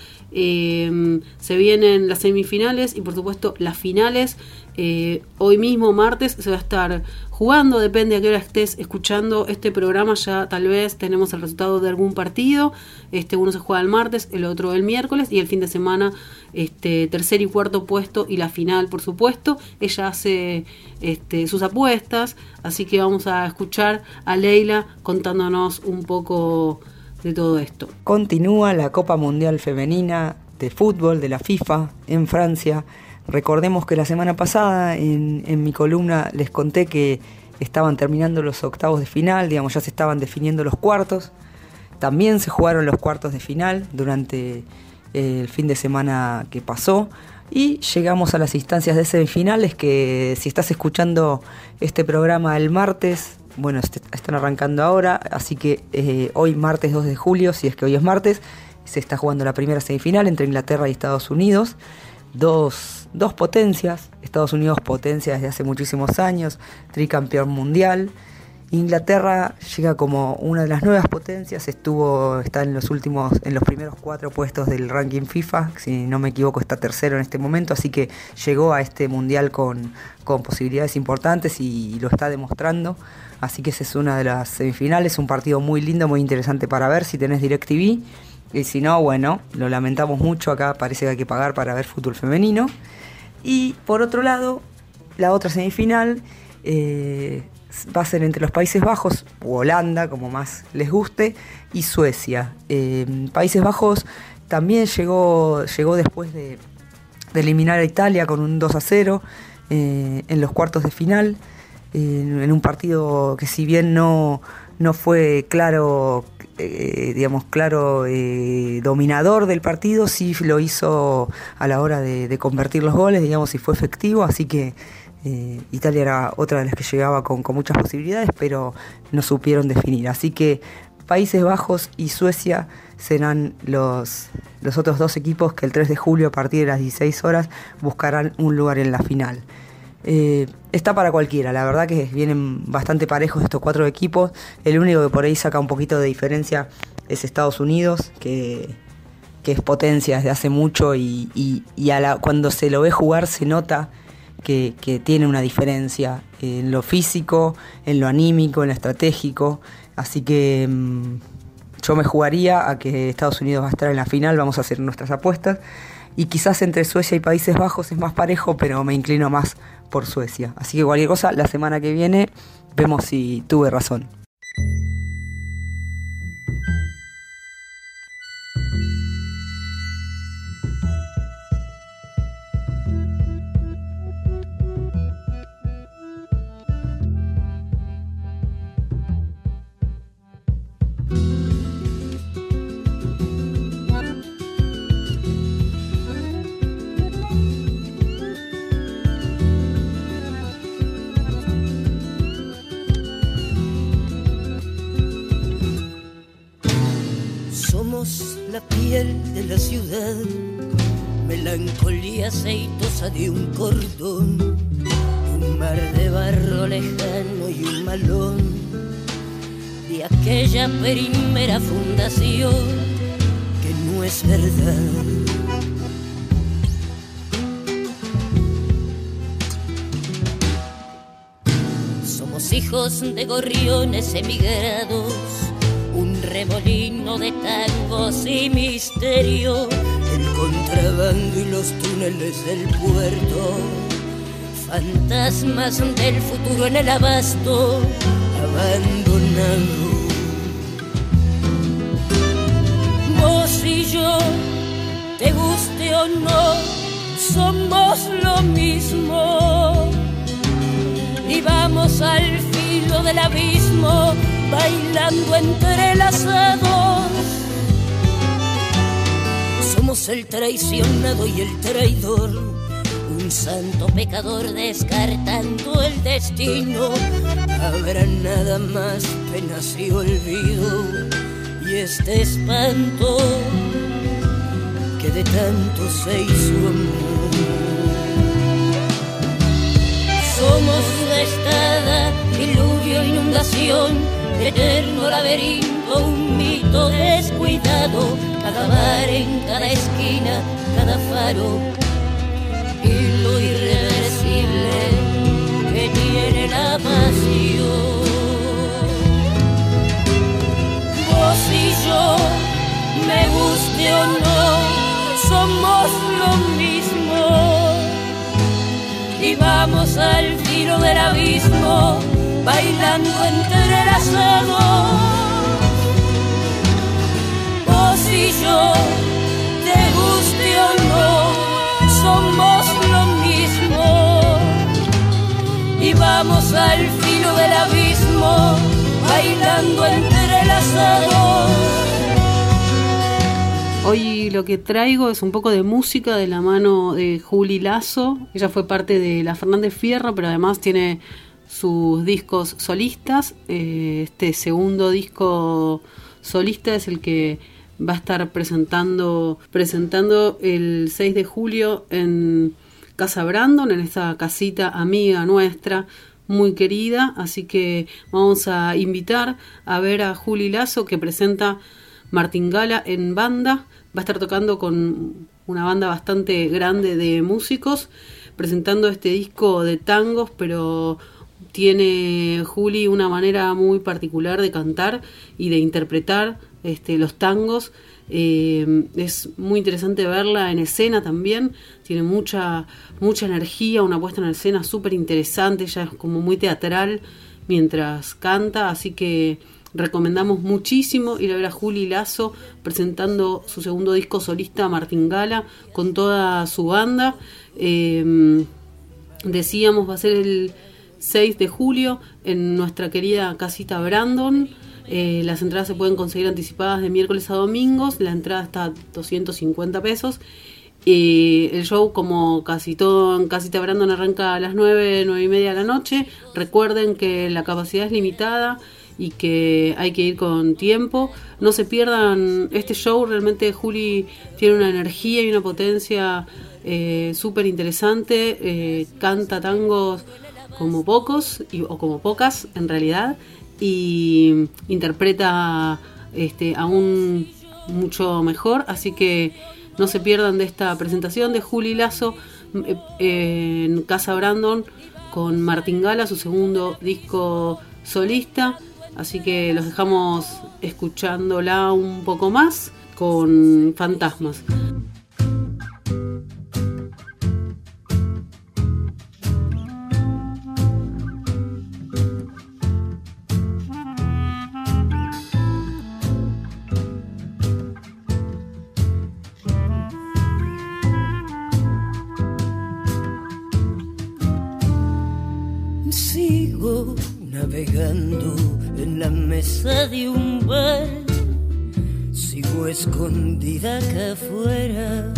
Eh, se vienen las semifinales y por supuesto las finales. Eh, hoy mismo, martes, se va a estar jugando, depende a qué hora estés escuchando este programa, ya tal vez tenemos el resultado de algún partido. Este uno se juega el martes, el otro el miércoles, y el fin de semana este tercer y cuarto puesto y la final, por supuesto. Ella hace este, sus apuestas, así que vamos a escuchar a Leila contándonos un poco de todo esto. Continúa la Copa Mundial Femenina de Fútbol de la FIFA en Francia. Recordemos que la semana pasada en, en mi columna les conté que estaban terminando los octavos de final, digamos, ya se estaban definiendo los cuartos. También se jugaron los cuartos de final durante el fin de semana que pasó y llegamos a las instancias de semifinales que, si estás escuchando este programa el martes, bueno, est- están arrancando ahora, así que eh, hoy martes dos de julio, si es que hoy es martes, se está jugando la primera semifinal entre Inglaterra y Estados Unidos. Dos, dos potencias, Estados Unidos potencia desde hace muchísimos años, tricampeón mundial. Inglaterra llega como una de las nuevas potencias, estuvo, está en los últimos, en los primeros cuatro puestos del ranking FIFA, si no me equivoco está tercero en este momento, así que llegó a este mundial con, con posibilidades importantes y, y lo está demostrando. Así que esa es una de las semifinales, un partido muy lindo, muy interesante para ver si tenés DirecTV. Y si no, bueno, lo lamentamos mucho, acá parece que hay que pagar para ver fútbol femenino. Y por otro lado, la otra semifinal eh, va a ser entre los Países Bajos, o Holanda, como más les guste, y Suecia. Eh, Países Bajos también llegó, llegó después de, de eliminar a Italia con un dos a cero eh, en los cuartos de final, eh, en un partido que si bien no, no fue claro... Eh, digamos, claro, eh, dominador del partido, sí lo hizo a la hora de, de convertir los goles, digamos, y fue efectivo, así que eh, Italia era otra de las que llegaba con, con muchas posibilidades, pero no supieron definir, así que Países Bajos y Suecia serán los, los otros dos equipos que el tres de julio a partir de las dieciséis horas buscarán un lugar en la final. Eh, está para cualquiera, la verdad que vienen bastante parejos estos cuatro equipos. El único que por ahí saca un poquito de diferencia es Estados Unidos, que, que es potencia desde hace mucho y, y, y a la, cuando se lo ve jugar se nota que, que tiene una diferencia en lo físico, en lo anímico, en lo estratégico. Así que mmm, yo me jugaría a que Estados Unidos va a estar en la final, vamos a hacer nuestras apuestas. Y quizás entre Suecia y Países Bajos es más parejo, pero me inclino más por Suecia. Así que cualquier cosa, la semana que viene vemos si tuve razón. La piel de la ciudad, melancolía aceitosa de un cordón, un mar de barro lejano y un malón de aquella primera fundación que no es verdad. Somos hijos de gorriones emigrados, un remolino de tangos y misterio, el contrabando y los túneles del puerto, fantasmas del futuro en el abasto abandonado. Vos y yo, te guste o no, somos lo mismo y vamos al filo del abismo, bailando entrelazados. Somos el traicionado y el traidor, un santo pecador descartando el destino. Habrá nada más penas y olvido y este espanto que de tanto se hizo amor. Somos destada, diluvio, inundación, eterno laberinto, un mito descuidado, cada bar en cada esquina, cada faro, y lo irreversible que tiene la pasión. Vos y yo, me guste o no, somos lo mismo y vamos al filo del abismo, bailando entrelazados. Vos y yo, te guste o no, somos lo mismo y vamos al filo del abismo, bailando entrelazados. Hoy lo que traigo es un poco de música de la mano de Juli Lazo. Ella fue parte de la Fernández Fierro, pero además tiene sus discos solistas. Este segundo disco solista es el que va a estar presentando, presentando el seis de julio en Casa Brandon, en esta casita amiga nuestra, muy querida. Así que vamos a invitar a ver a Juli Lazo, que presenta Martingala en banda. Va a estar tocando con una banda bastante grande de músicos, presentando este disco de tangos, pero tiene Juli una manera muy particular de cantar y de interpretar este, los tangos. Eh, es muy interesante verla en escena también. Tiene mucha, mucha energía, una puesta en escena súper interesante. Ella es como muy teatral mientras canta, así que recomendamos muchísimo ir a ver a Juli Lazo presentando su segundo disco solista, Martingala, con toda su banda. Eh, decíamos, va a ser el seis de julio en nuestra querida casita Brandon. Eh, las entradas se pueden conseguir anticipadas de miércoles a domingos. La entrada está a doscientos cincuenta pesos. Eh, el show, como casi todo en casita Brandon, arranca a las nueve, nueve y media de la noche. Recuerden que la capacidad es limitada y que hay que ir con tiempo. No se pierdan este show. Realmente Juli tiene una energía y una potencia eh, súper interesante. Eh, canta tangos como pocos y, o como pocas en realidad, y interpreta este, aún mucho mejor, así que no se pierdan de esta presentación de Juli Lazo eh, en Casa Brandon con Martín Gala, su segundo disco solista, así que los dejamos escuchándola un poco más con Fantasmas. Sigo navegando en la mesa de un bar, sigo escondida acá afuera.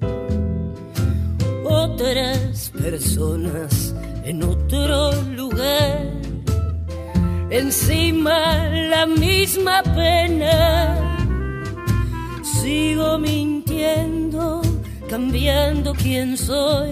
Otras personas en otro lugar, encima la misma pena. Sigo mintiendo, cambiando quién soy,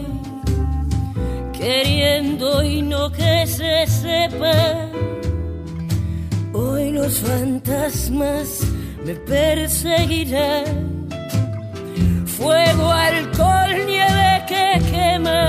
queriendo y no que se sepa. Hoy los fantasmas me perseguirán. Fuego, alcohol, nieve que quema.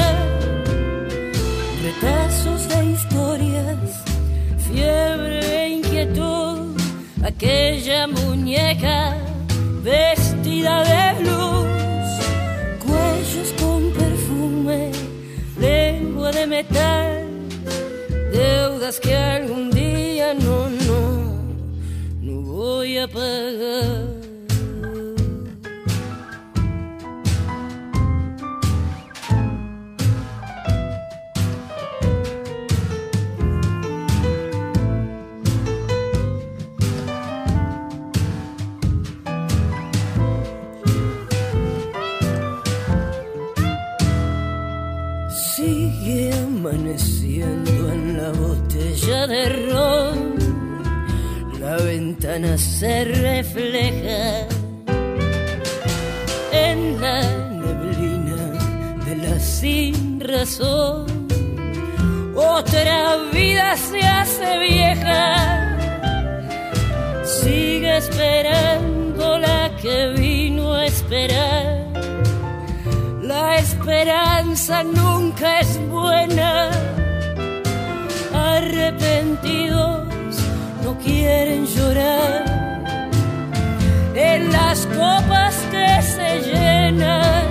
Retazos de historias, fiebre e inquietud. Aquella muñeca vestida de luz, cuellos con perfume, lengua de metal, deudas que algún día no, no, no voy a pagar. Sigue amaneciendo en la botella de ron, la ventana se refleja en la neblina de la sin razón. Otra vida se hace vieja, sigue esperando la que vino a esperar. La esperanza nunca es buena. Arrepentidos no quieren llorar. En las copas que se llenan,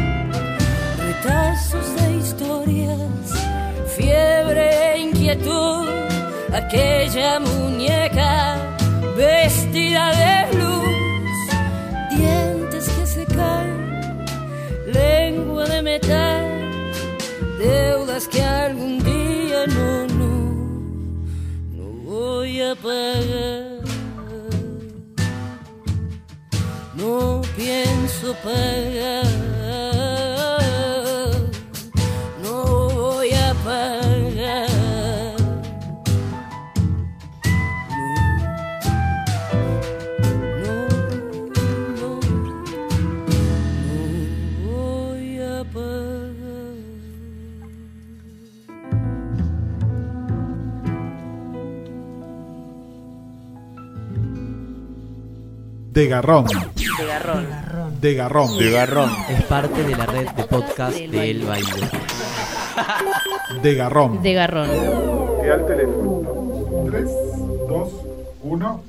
retazos de historias, fiebre e inquietud. Aquella muñeca vestida de luz, dientes que se caen, lengua de metal, deudas que algún día no, no, no voy a pagar. No pienso pagar, no voy a pagar. De Garrón. De Garrón. De Garrón. De Garrón. Es parte de la red de podcast de El Baile. De Garrón. De Garrón. Y al teléfono. tres, dos, uno.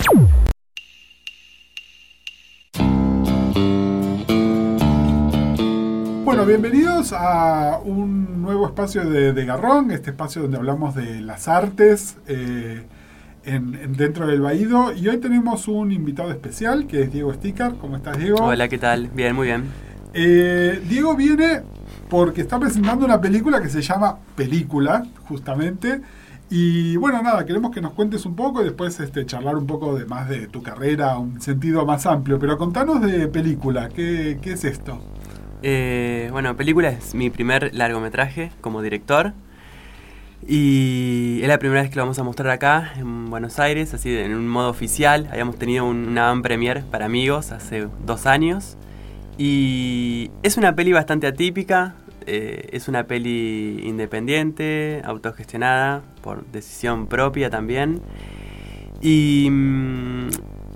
Bueno, bienvenidos a un nuevo espacio de, de Garrón, este espacio donde hablamos de las artes eh, en, en dentro del Baído. Y hoy tenemos un invitado especial, que es Diego Sticker. ¿Cómo estás, Diego? Hola, ¿qué tal? Bien, muy bien. Eh, Diego viene porque está presentando una película que se llama Película, justamente. Y bueno, nada, queremos que nos cuentes un poco y después este, charlar un poco de más de tu carrera, un sentido más amplio. Pero contanos de Película, ¿qué, qué es esto? Eh, bueno, Película es mi primer largometraje como director y es la primera vez que lo vamos a mostrar acá en Buenos Aires, así en un modo oficial. Habíamos tenido una van premier para amigos hace dos años y es una peli bastante atípica, eh, es una peli independiente, autogestionada, por decisión propia también. Y mmm,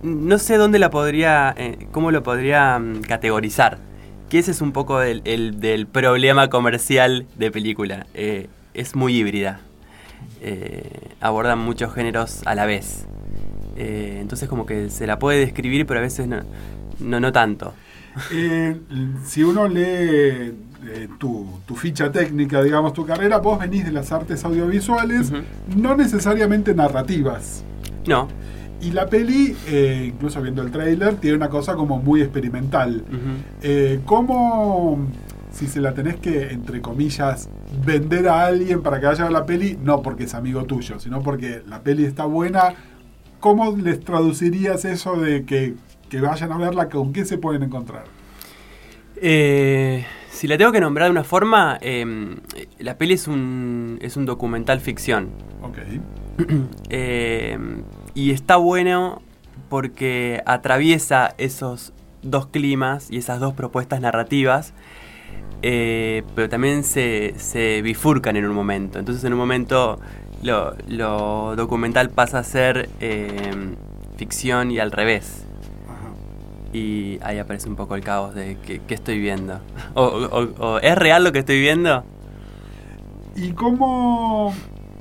no sé dónde la podría, eh, cómo lo podría um, categorizar. Que ese es un poco el, el del problema comercial de película. Eh, es muy híbrida. Eh, abordan muchos géneros a la vez. Eh, entonces como que se la puede describir, pero a veces no, no, no tanto. Eh, si uno lee eh, tu, tu ficha técnica, digamos, tu carrera, vos venís de las artes audiovisuales, uh-huh. no necesariamente narrativas. No. Y la peli, eh, incluso viendo el tráiler, tiene una cosa como muy experimental. Uh-huh. Eh, ¿Cómo, si se la tenés que, entre comillas, vender a alguien para que vaya a la peli, no porque es amigo tuyo, sino porque la peli está buena, ¿cómo les traducirías eso de que, que vayan a verla? ¿Con qué se pueden encontrar? Eh, si la tengo que nombrar de una forma, eh, la peli es un, es un documental ficción. Ok. eh, y está bueno porque atraviesa esos dos climas y esas dos propuestas narrativas, eh, pero también se, se bifurcan en un momento. Entonces en un momento lo, lo documental pasa a ser eh, ficción y al revés. Y ahí aparece un poco el caos de qué, qué estoy viendo. O, o, o, ¿es real lo que estoy viendo? ¿Y cómo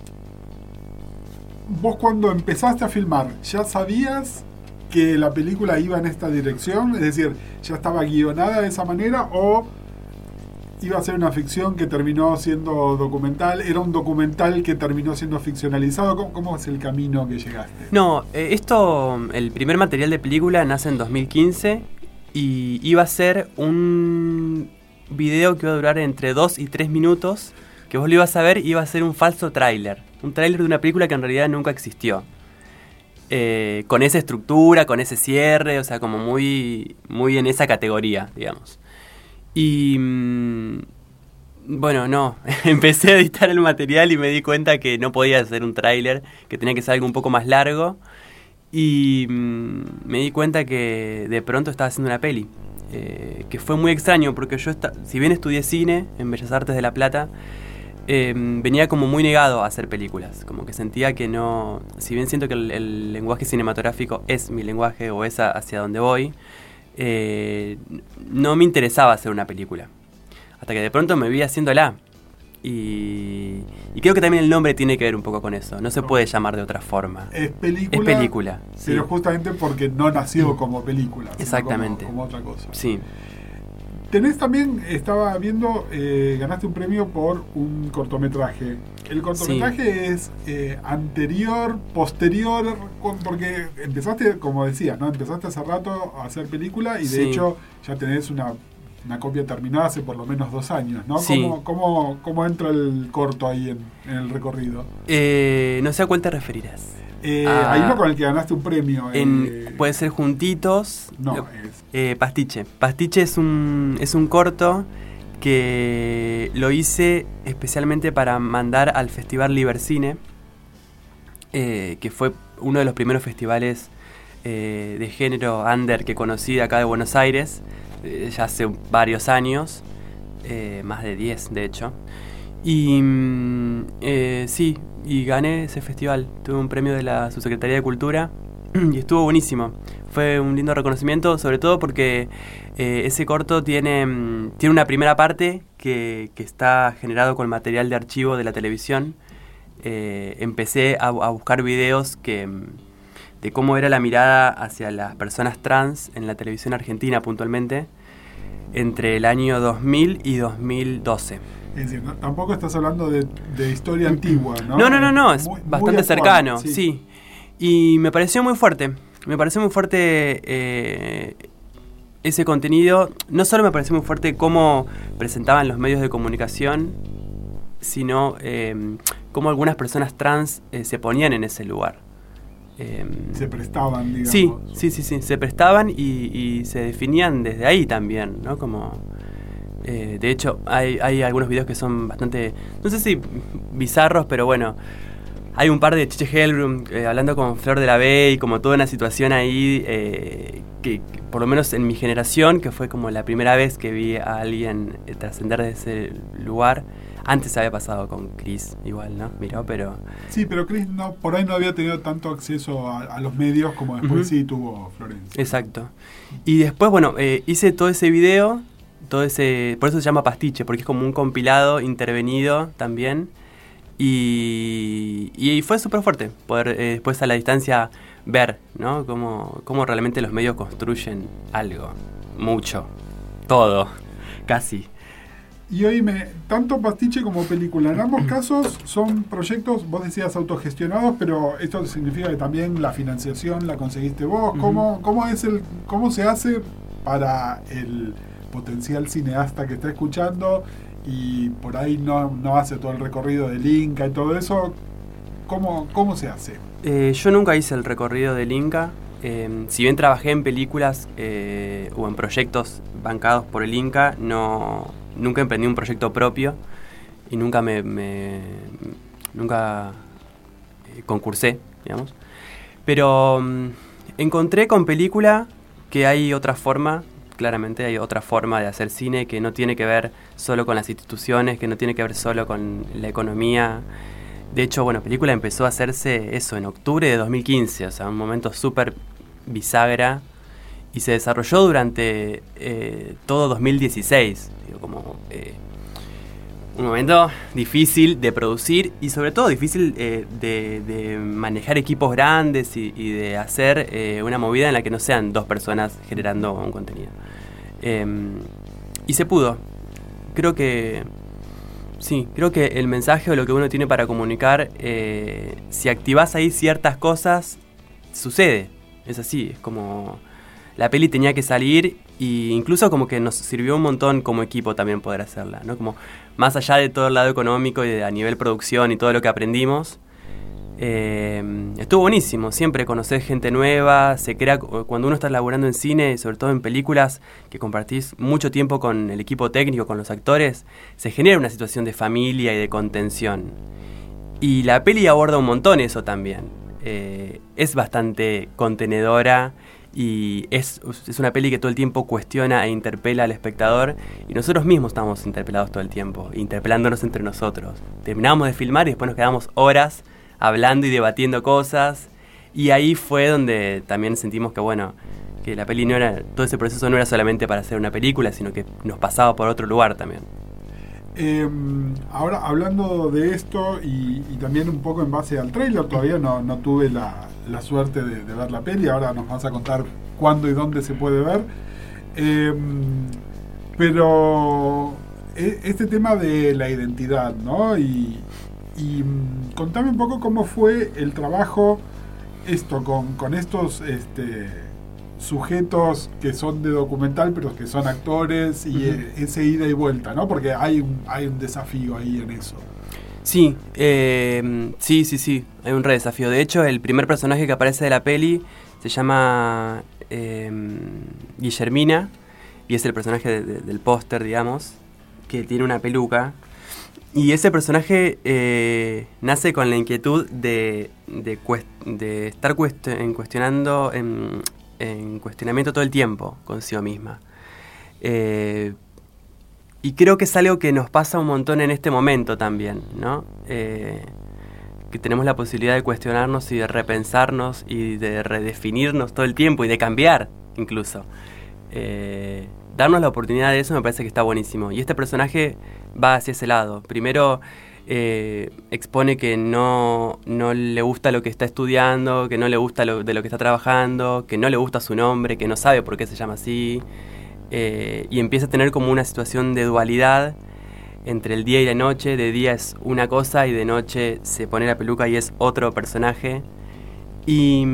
vos cuando empezaste a filmar, ya sabías que la película iba en esta dirección? Es decir, ¿ya estaba guionada de esa manera o iba a ser una ficción que terminó siendo documental? ¿Era un documental que terminó siendo ficcionalizado? ¿Cómo, cómo es el camino que llegaste? No, eh, esto, el primer material de película nace en dos mil quince y iba a ser un video que iba a durar entre dos y tres minutos, que vos lo ibas a ver y iba a ser un falso tráiler. Un tráiler de una película que en realidad nunca existió. Eh, con esa estructura, con ese cierre, o sea, como muy, muy en esa categoría, digamos. Y mmm, bueno, no, empecé a editar el material y me di cuenta que no podía hacer un tráiler, que tenía que ser algo un poco más largo. Y mmm, me di cuenta que de pronto estaba haciendo una peli, eh, que fue muy extraño porque yo, esta, si bien estudié cine en Bellas Artes de La Plata, Eh, venía como muy negado a hacer películas, como que sentía que no, si bien siento que el, el lenguaje cinematográfico es mi lenguaje o es a, hacia donde voy, eh, no me interesaba hacer una película, hasta que de pronto me vi haciéndola y, y creo que también el nombre tiene que ver un poco con eso, no se puede llamar de otra forma. Es película, es película, pero sí. Justamente porque no nació como película, exactamente, como, como otra cosa. Sí. Tenés también, estaba viendo, eh, ganaste un premio por un cortometraje. El cortometraje sí. es eh, anterior, posterior, porque empezaste, como decías, ¿no? Empezaste hace rato a hacer película y de sí. hecho ya tenés una, una copia terminada hace por lo menos dos años, ¿no? Sí. ¿Cómo, cómo, cómo entra el corto ahí en, en el recorrido? Eh, no sé a cuál te referirás. Eh, ah, hay uno con el que ganaste un premio. En, eh, puede ser Juntitos. No, lo, es... Eh, Pastiche. Pastiche es un, es un corto que lo hice especialmente para mandar al Festival Libercine, eh, que fue uno de los primeros festivales eh, de género under que conocí de acá de Buenos Aires, eh, ya hace varios años, eh, más de diez de hecho. Y eh, sí, y gané ese festival. Tuve un premio de la Subsecretaría de Cultura y estuvo buenísimo. Fue un lindo reconocimiento, sobre todo porque eh, ese corto tiene, tiene una primera parte que, que está generado con material de archivo de la televisión. Eh, empecé a, a buscar videos que, de cómo era la mirada hacia las personas trans en la televisión argentina puntualmente entre el año dos mil y dos mil doce. Es decir, no, tampoco estás hablando de, de historia antigua, ¿no? No, no, no, no, es muy, bastante muy cercano, sí. sí. Y me pareció muy fuerte, me pareció muy fuerte eh, ese contenido. No solo me pareció muy fuerte cómo presentaban los medios de comunicación, sino eh, cómo algunas personas trans eh, se ponían en ese lugar. Eh, se prestaban, digamos. Sí, sí, sí, sí, se prestaban y, y se definían desde ahí también, ¿no? Como... Eh, de hecho, hay, hay algunos videos que son bastante, no sé si bizarros, pero bueno, hay un par de Chiche Hellblum eh, hablando con Flor de la B y como toda una situación ahí eh, que, que por lo menos en mi generación, que fue como la primera vez que vi a alguien eh, trascender de ese lugar, Antes había pasado con Chris, igual, ¿no? Miró, pero... Sí, pero Chris no, por ahí no había tenido tanto acceso a, a los medios como después uh-huh. sí tuvo Florencia. Exacto. Y después, bueno, eh, hice todo ese video, todo ese... Por eso se llama Pastiche, porque es como un compilado intervenido también. Y, y fue súper fuerte poder eh, después a la distancia ver, ¿no? Cómo, cómo realmente los medios construyen algo. Mucho. Todo. Casi. Y oíme, tanto Pastiche como película, en ambos casos son proyectos, vos decías autogestionados, pero esto significa que también la financiación la conseguiste vos. ¿Cómo, cómo, es el, cómo se hace para el potencial cineasta que está escuchando y por ahí no, no hace todo el recorrido del Inca y todo eso? ¿Cómo, cómo se hace? Eh, yo nunca hice el recorrido del Inca. Eh, si bien trabajé en películas eh, o en proyectos bancados por el Inca, no... Nunca emprendí un proyecto propio y nunca me, me nunca eh, concursé, digamos. Pero um, encontré con película que hay otra forma, claramente hay otra forma de hacer cine que no tiene que ver solo con las instituciones, que no tiene que ver solo con la economía. De hecho, bueno, película empezó a hacerse eso en octubre de dos mil quince, o sea, un momento súper bisagra. Y se desarrolló durante eh, todo dos mil dieciséis, digo, como eh, un momento difícil de producir y sobre todo difícil eh, de, de manejar equipos grandes y, y de hacer eh, una movida en la que no sean dos personas generando un contenido. Eh, y se pudo. Creo que, sí, creo que el mensaje o lo que uno tiene para comunicar, eh, si activás ahí ciertas cosas, sucede. Es así, es como... La peli tenía que salir y incluso como que nos sirvió un montón como equipo también poder hacerla, ¿no? Como más allá de todo el lado económico y de, a nivel producción y todo lo que aprendimos, eh, estuvo buenísimo. Siempre conocer gente nueva, se crea cuando uno está laburando en cine, sobre todo en películas que compartís mucho tiempo con el equipo técnico, con los actores, se genera una situación de familia y de contención. Y la peli aborda un montón eso también. Eh, es bastante contenedora. Y es, es una peli que todo el tiempo cuestiona e interpela al espectador. Y nosotros mismos estamos interpelados todo el tiempo, interpelándonos entre nosotros. Terminamos de filmar y después nos quedamos horas hablando y debatiendo cosas. Y ahí fue donde también sentimos que, bueno, que la peli no era, todo ese proceso no era solamente para hacer una película, sino que nos pasaba por otro lugar también. Eh, ahora, hablando de esto y, y también un poco en base al tráiler, todavía no, no tuve la, la suerte de, de ver la peli. Ahora nos vas a contar cuándo y dónde se puede ver. Eh, pero este tema de la identidad, ¿no? Y, y contame un poco cómo fue el trabajo esto con, con estos... este sujetos que son de documental pero que son actores y uh-huh. ese ida y vuelta, ¿no? Porque hay un, hay un desafío ahí en eso. Sí, eh, sí, sí, sí, hay un re desafío. De hecho, el primer personaje que aparece de la peli se llama eh, Guillermina y es el personaje de, de, del póster, digamos, que tiene una peluca. Y ese personaje eh, nace con la inquietud de, de, cuest- de estar cuest- en cuestionando... En, en cuestionamiento todo el tiempo consigo misma. Eh, y creo que es algo que nos pasa un montón en este momento también, ¿no? Eh, que tenemos la posibilidad de cuestionarnos y de repensarnos y de redefinirnos todo el tiempo y de cambiar incluso. Eh, darnos la oportunidad de eso me parece que está buenísimo. Y este personaje va hacia ese lado. Primero... Eh, expone que no, no le gusta lo que está estudiando, que no le gusta lo, de lo que está trabajando, que no le gusta su nombre, que no sabe por qué se llama así, eh, y empieza a tener como una situación de dualidad entre el día y la noche. De día es una cosa y de noche se pone la peluca y es otro personaje. Y,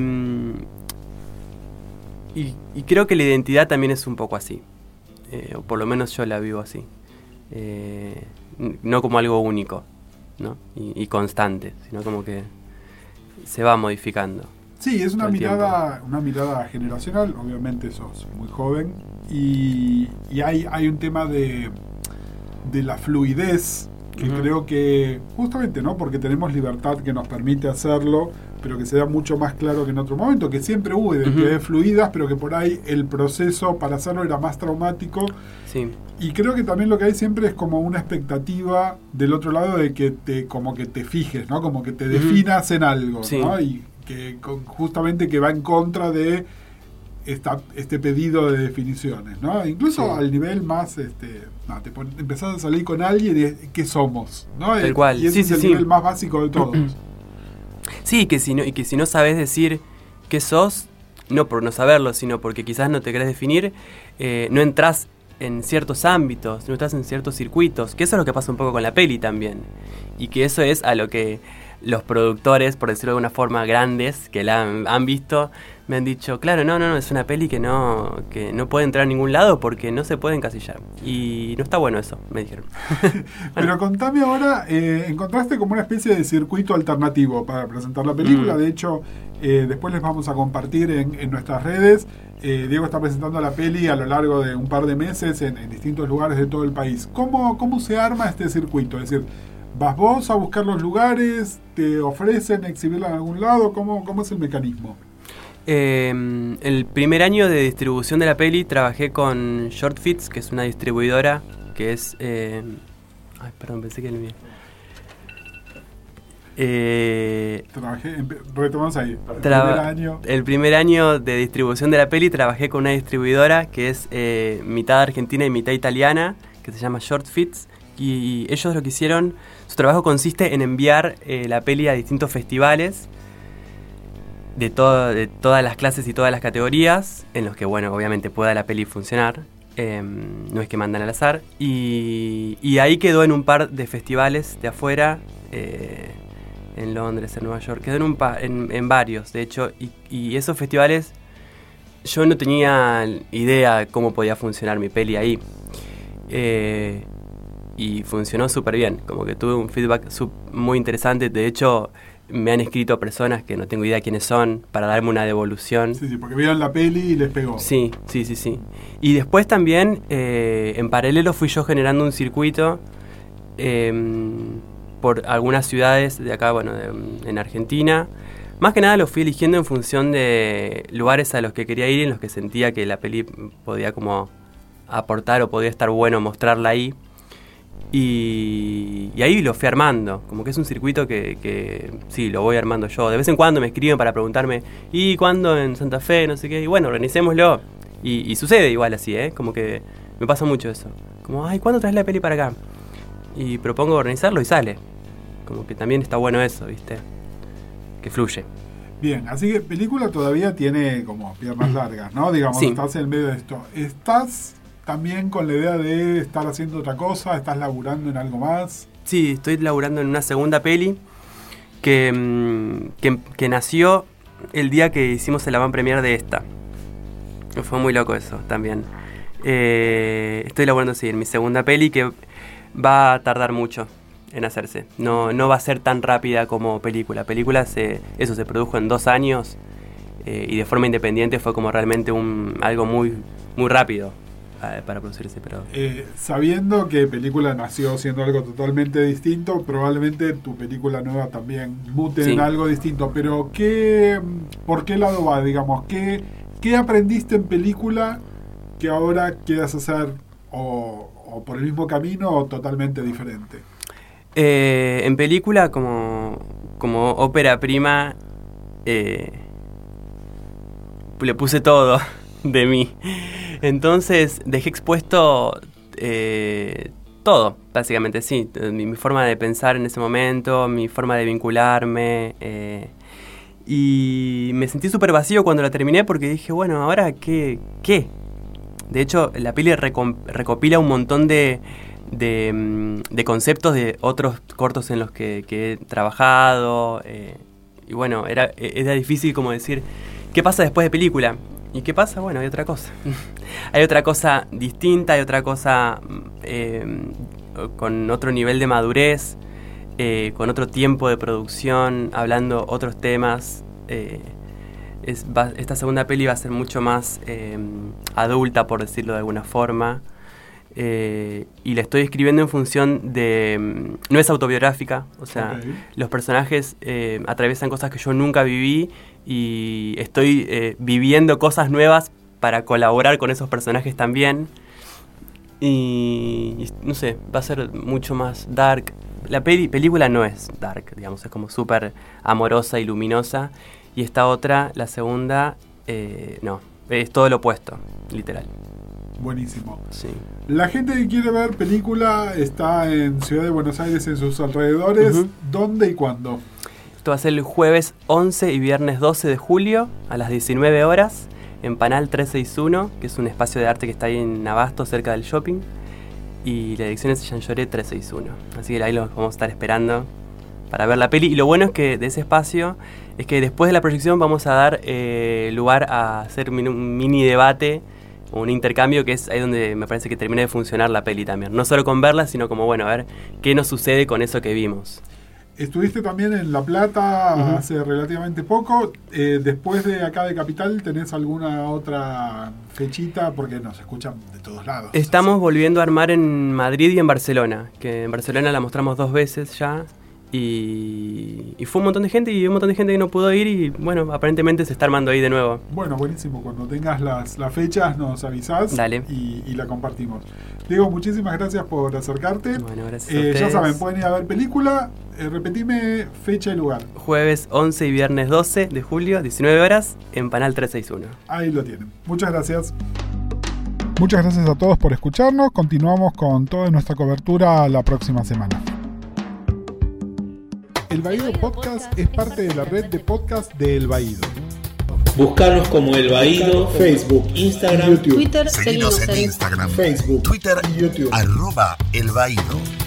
y, y creo que la identidad también es un poco así, eh, o por lo menos yo la vivo así, eh, no como algo único, ¿no? Y, y constante, sino como que se va modificando. Sí, es una mirada, una mirada generacional. Obviamente sos muy joven y, y hay, hay un tema de, de la fluidez que uh-huh. creo que justamente, ¿no? Porque tenemos libertad que nos permite hacerlo, pero que se da mucho más claro que en otro momento, que siempre hubo identidades uh-huh. fluidas, pero que por ahí el proceso para hacerlo era más traumático. Sí. Y creo que también lo que hay siempre es como una expectativa del otro lado de que te como que te fijes, ¿no? Como que te definas uh-huh. en algo, sí. ¿no? Y que justamente que va en contra de esta, este pedido de definiciones, ¿no? Incluso sí. al nivel más, este, no, te pon, empezás a salir con alguien y ¿qué somos? ¿No? Tal cual. Y ese sí, es sí, el sí. nivel más básico de todos. Sí, que si no, y que si no sabes decir qué sos, no por no saberlo, sino porque quizás no te querés definir, eh, no entras en ciertos ámbitos, no estás en ciertos circuitos, que eso es lo que pasa un poco con la peli también, y que eso es a lo que los productores, por decirlo de alguna forma, grandes, que la han, han visto, me han dicho, claro, no, no, no, es una peli que no que no puede entrar a ningún lado porque no se puede encasillar, y no está bueno eso, me dijeron. Bueno. Pero contame ahora, eh, encontraste como una especie de circuito alternativo para presentar la película, mm. de hecho, eh, después les vamos a compartir en, en nuestras redes. Eh, Diego está presentando la peli a lo largo de un par de meses en, en distintos lugares de todo el país. ¿Cómo, cómo se arma este circuito? Es decir, ¿vas vos a buscar los lugares? ¿Te ofrecen exhibirla en algún lado? ¿Cómo, cómo es el mecanismo? Eh, el primer año de distribución de la peli trabajé con Shortfits, que es una distribuidora que es... Eh, ay, perdón, pensé que el mío... Eh, trabajé, retomamos ahí, el tra- primer año. El primer año de distribución de la peli trabajé con una distribuidora que es eh, mitad argentina y mitad italiana, que se llama Shortfits, y, y ellos lo que hicieron, su trabajo consiste en enviar eh, la peli a distintos festivales de, todo, de todas las clases y todas las categorías, en los que, bueno, obviamente pueda la peli funcionar, eh, no es que mandan al azar, y, y ahí quedó en un par de festivales de afuera, eh, en Londres, en Nueva York, quedó en, un pa- en, en varios, de hecho, y, y esos festivales yo no tenía idea cómo podía funcionar mi peli ahí, eh, y funcionó súper bien, como que tuve un feedback sub- muy interesante, de hecho me han escrito personas que no tengo idea quiénes son para darme una devolución. Sí, sí, porque vieron la peli y les pegó. Sí, sí, sí, sí. Y después también, eh, en paralelo fui yo generando un circuito eh, por algunas ciudades de acá, bueno, de, en Argentina. Más que nada lo fui eligiendo en función de lugares a los que quería ir y en los que sentía que la peli podía como aportar o podía estar bueno mostrarla ahí. Y, y ahí lo fui armando, como que es un circuito que, que sí, lo voy armando yo. De vez en cuando me escriben para preguntarme, ¿y cuándo en Santa Fe? No sé qué, y bueno, organicémoslo. Y, y sucede igual así, ¿eh? Como que me pasa mucho eso. Como, ay, ¿cuándo traes la peli para acá? Y propongo organizarlo y sale. Como que también está bueno eso, ¿viste? Que fluye. Bien, así que película todavía tiene como piernas largas, ¿no? Digamos, sí. Estás en medio de esto. ¿Estás también con la idea de estar haciendo otra cosa? ¿Estás laburando en algo más? Sí, estoy laburando en una segunda peli que, que, que nació el día que hicimos el avant premiere de esta. Fue muy loco eso también. Eh, estoy laburando, sí, en mi segunda peli que va a tardar mucho en hacerse. No, no va a ser tan rápida como película. Película, se, eso se produjo en dos años eh, y de forma independiente fue como realmente un algo muy, muy rápido para producirse, pero... Eh, sabiendo que película nació siendo algo totalmente distinto, probablemente tu película nueva también mute sí. en algo distinto, pero ¿qué, ¿por qué lado va, digamos? ¿Qué, qué aprendiste en película que ahora quieras hacer o, o por el mismo camino o totalmente diferente? Eh, en película, como, como ópera prima, eh, le puse todo de mí. Entonces dejé expuesto eh, todo, básicamente, sí. Mi, mi forma de pensar en ese momento, mi forma de vincularme. Eh, y me sentí súper vacío cuando la terminé porque dije, bueno, ¿ahora qué? ¿Qué? De hecho, la peli recom- recopila un montón de, de, de conceptos de otros cortos en los que, que he trabajado. Eh, y bueno, era, era difícil como decir, ¿qué pasa después de película? ¿Y qué pasa? Bueno, hay otra cosa. Hay otra cosa distinta, hay otra cosa eh, con otro nivel de madurez, eh, con otro tiempo de producción, hablando otros temas. Eh, es, va, esta segunda peli va a ser mucho más eh, adulta, por decirlo de alguna forma. eh, y la estoy escribiendo en función de... No es autobiográfica, o sea, okay. Los personajes eh, atraviesan cosas que yo nunca viví y estoy eh, viviendo cosas nuevas para colaborar con esos personajes también. Y, y no sé, va a ser mucho más dark. La peli, película no es dark, digamos, es como súper amorosa y luminosa. Y esta otra, la segunda, eh, no, es todo lo opuesto, literal. Buenísimo. Sí. La gente que quiere ver película está en Ciudad de Buenos Aires, en sus alrededores. Uh-huh. ¿Dónde y cuándo? Esto va a ser el jueves once y viernes doce de julio a las diecinueve horas en Panal trescientos sesenta y uno, que es un espacio de arte que está ahí en Abasto, cerca del shopping. Y la dirección es Jean Jaurès trescientos sesenta y uno. Así que ahí los vamos a estar esperando para ver la peli. Y lo bueno es que de ese espacio es que después de la proyección vamos a dar eh, lugar a hacer un mini debate, un intercambio, que es ahí donde me parece que termina de funcionar la peli también. No solo con verla, sino como, bueno, a ver qué nos sucede con eso que vimos. Estuviste también en La Plata uh-huh. hace relativamente poco. Eh, después de acá de Capital, ¿tenés alguna otra fechita? Porque nos escuchan de todos lados. Estamos así. volviendo a armar en Madrid y en Barcelona, que en Barcelona la mostramos dos veces ya. Y, y fue un montón de gente y un montón de gente que no pudo ir y bueno, aparentemente se está armando ahí de nuevo. Bueno, buenísimo, cuando tengas las, las fechas nos avisás. Dale. Y, y la compartimos. Diego, muchísimas gracias por acercarte. Bueno, gracias eh, a ustedes. Ya saben, pueden ir a ver película. eh, Repetime fecha y lugar. Jueves once y viernes doce de julio, diecinueve horas, en Panal trescientos sesenta y uno. Ahí lo tienen. Muchas gracias. Muchas gracias a todos por escucharnos. Continuamos con toda nuestra cobertura la próxima semana. El Baído Podcast es parte de la red de podcast de El Baído. Buscarnos como El Baído, Facebook, Instagram, YouTube, Twitter, seguinos en Instagram, Facebook, Twitter y YouTube. Arroba El Baído.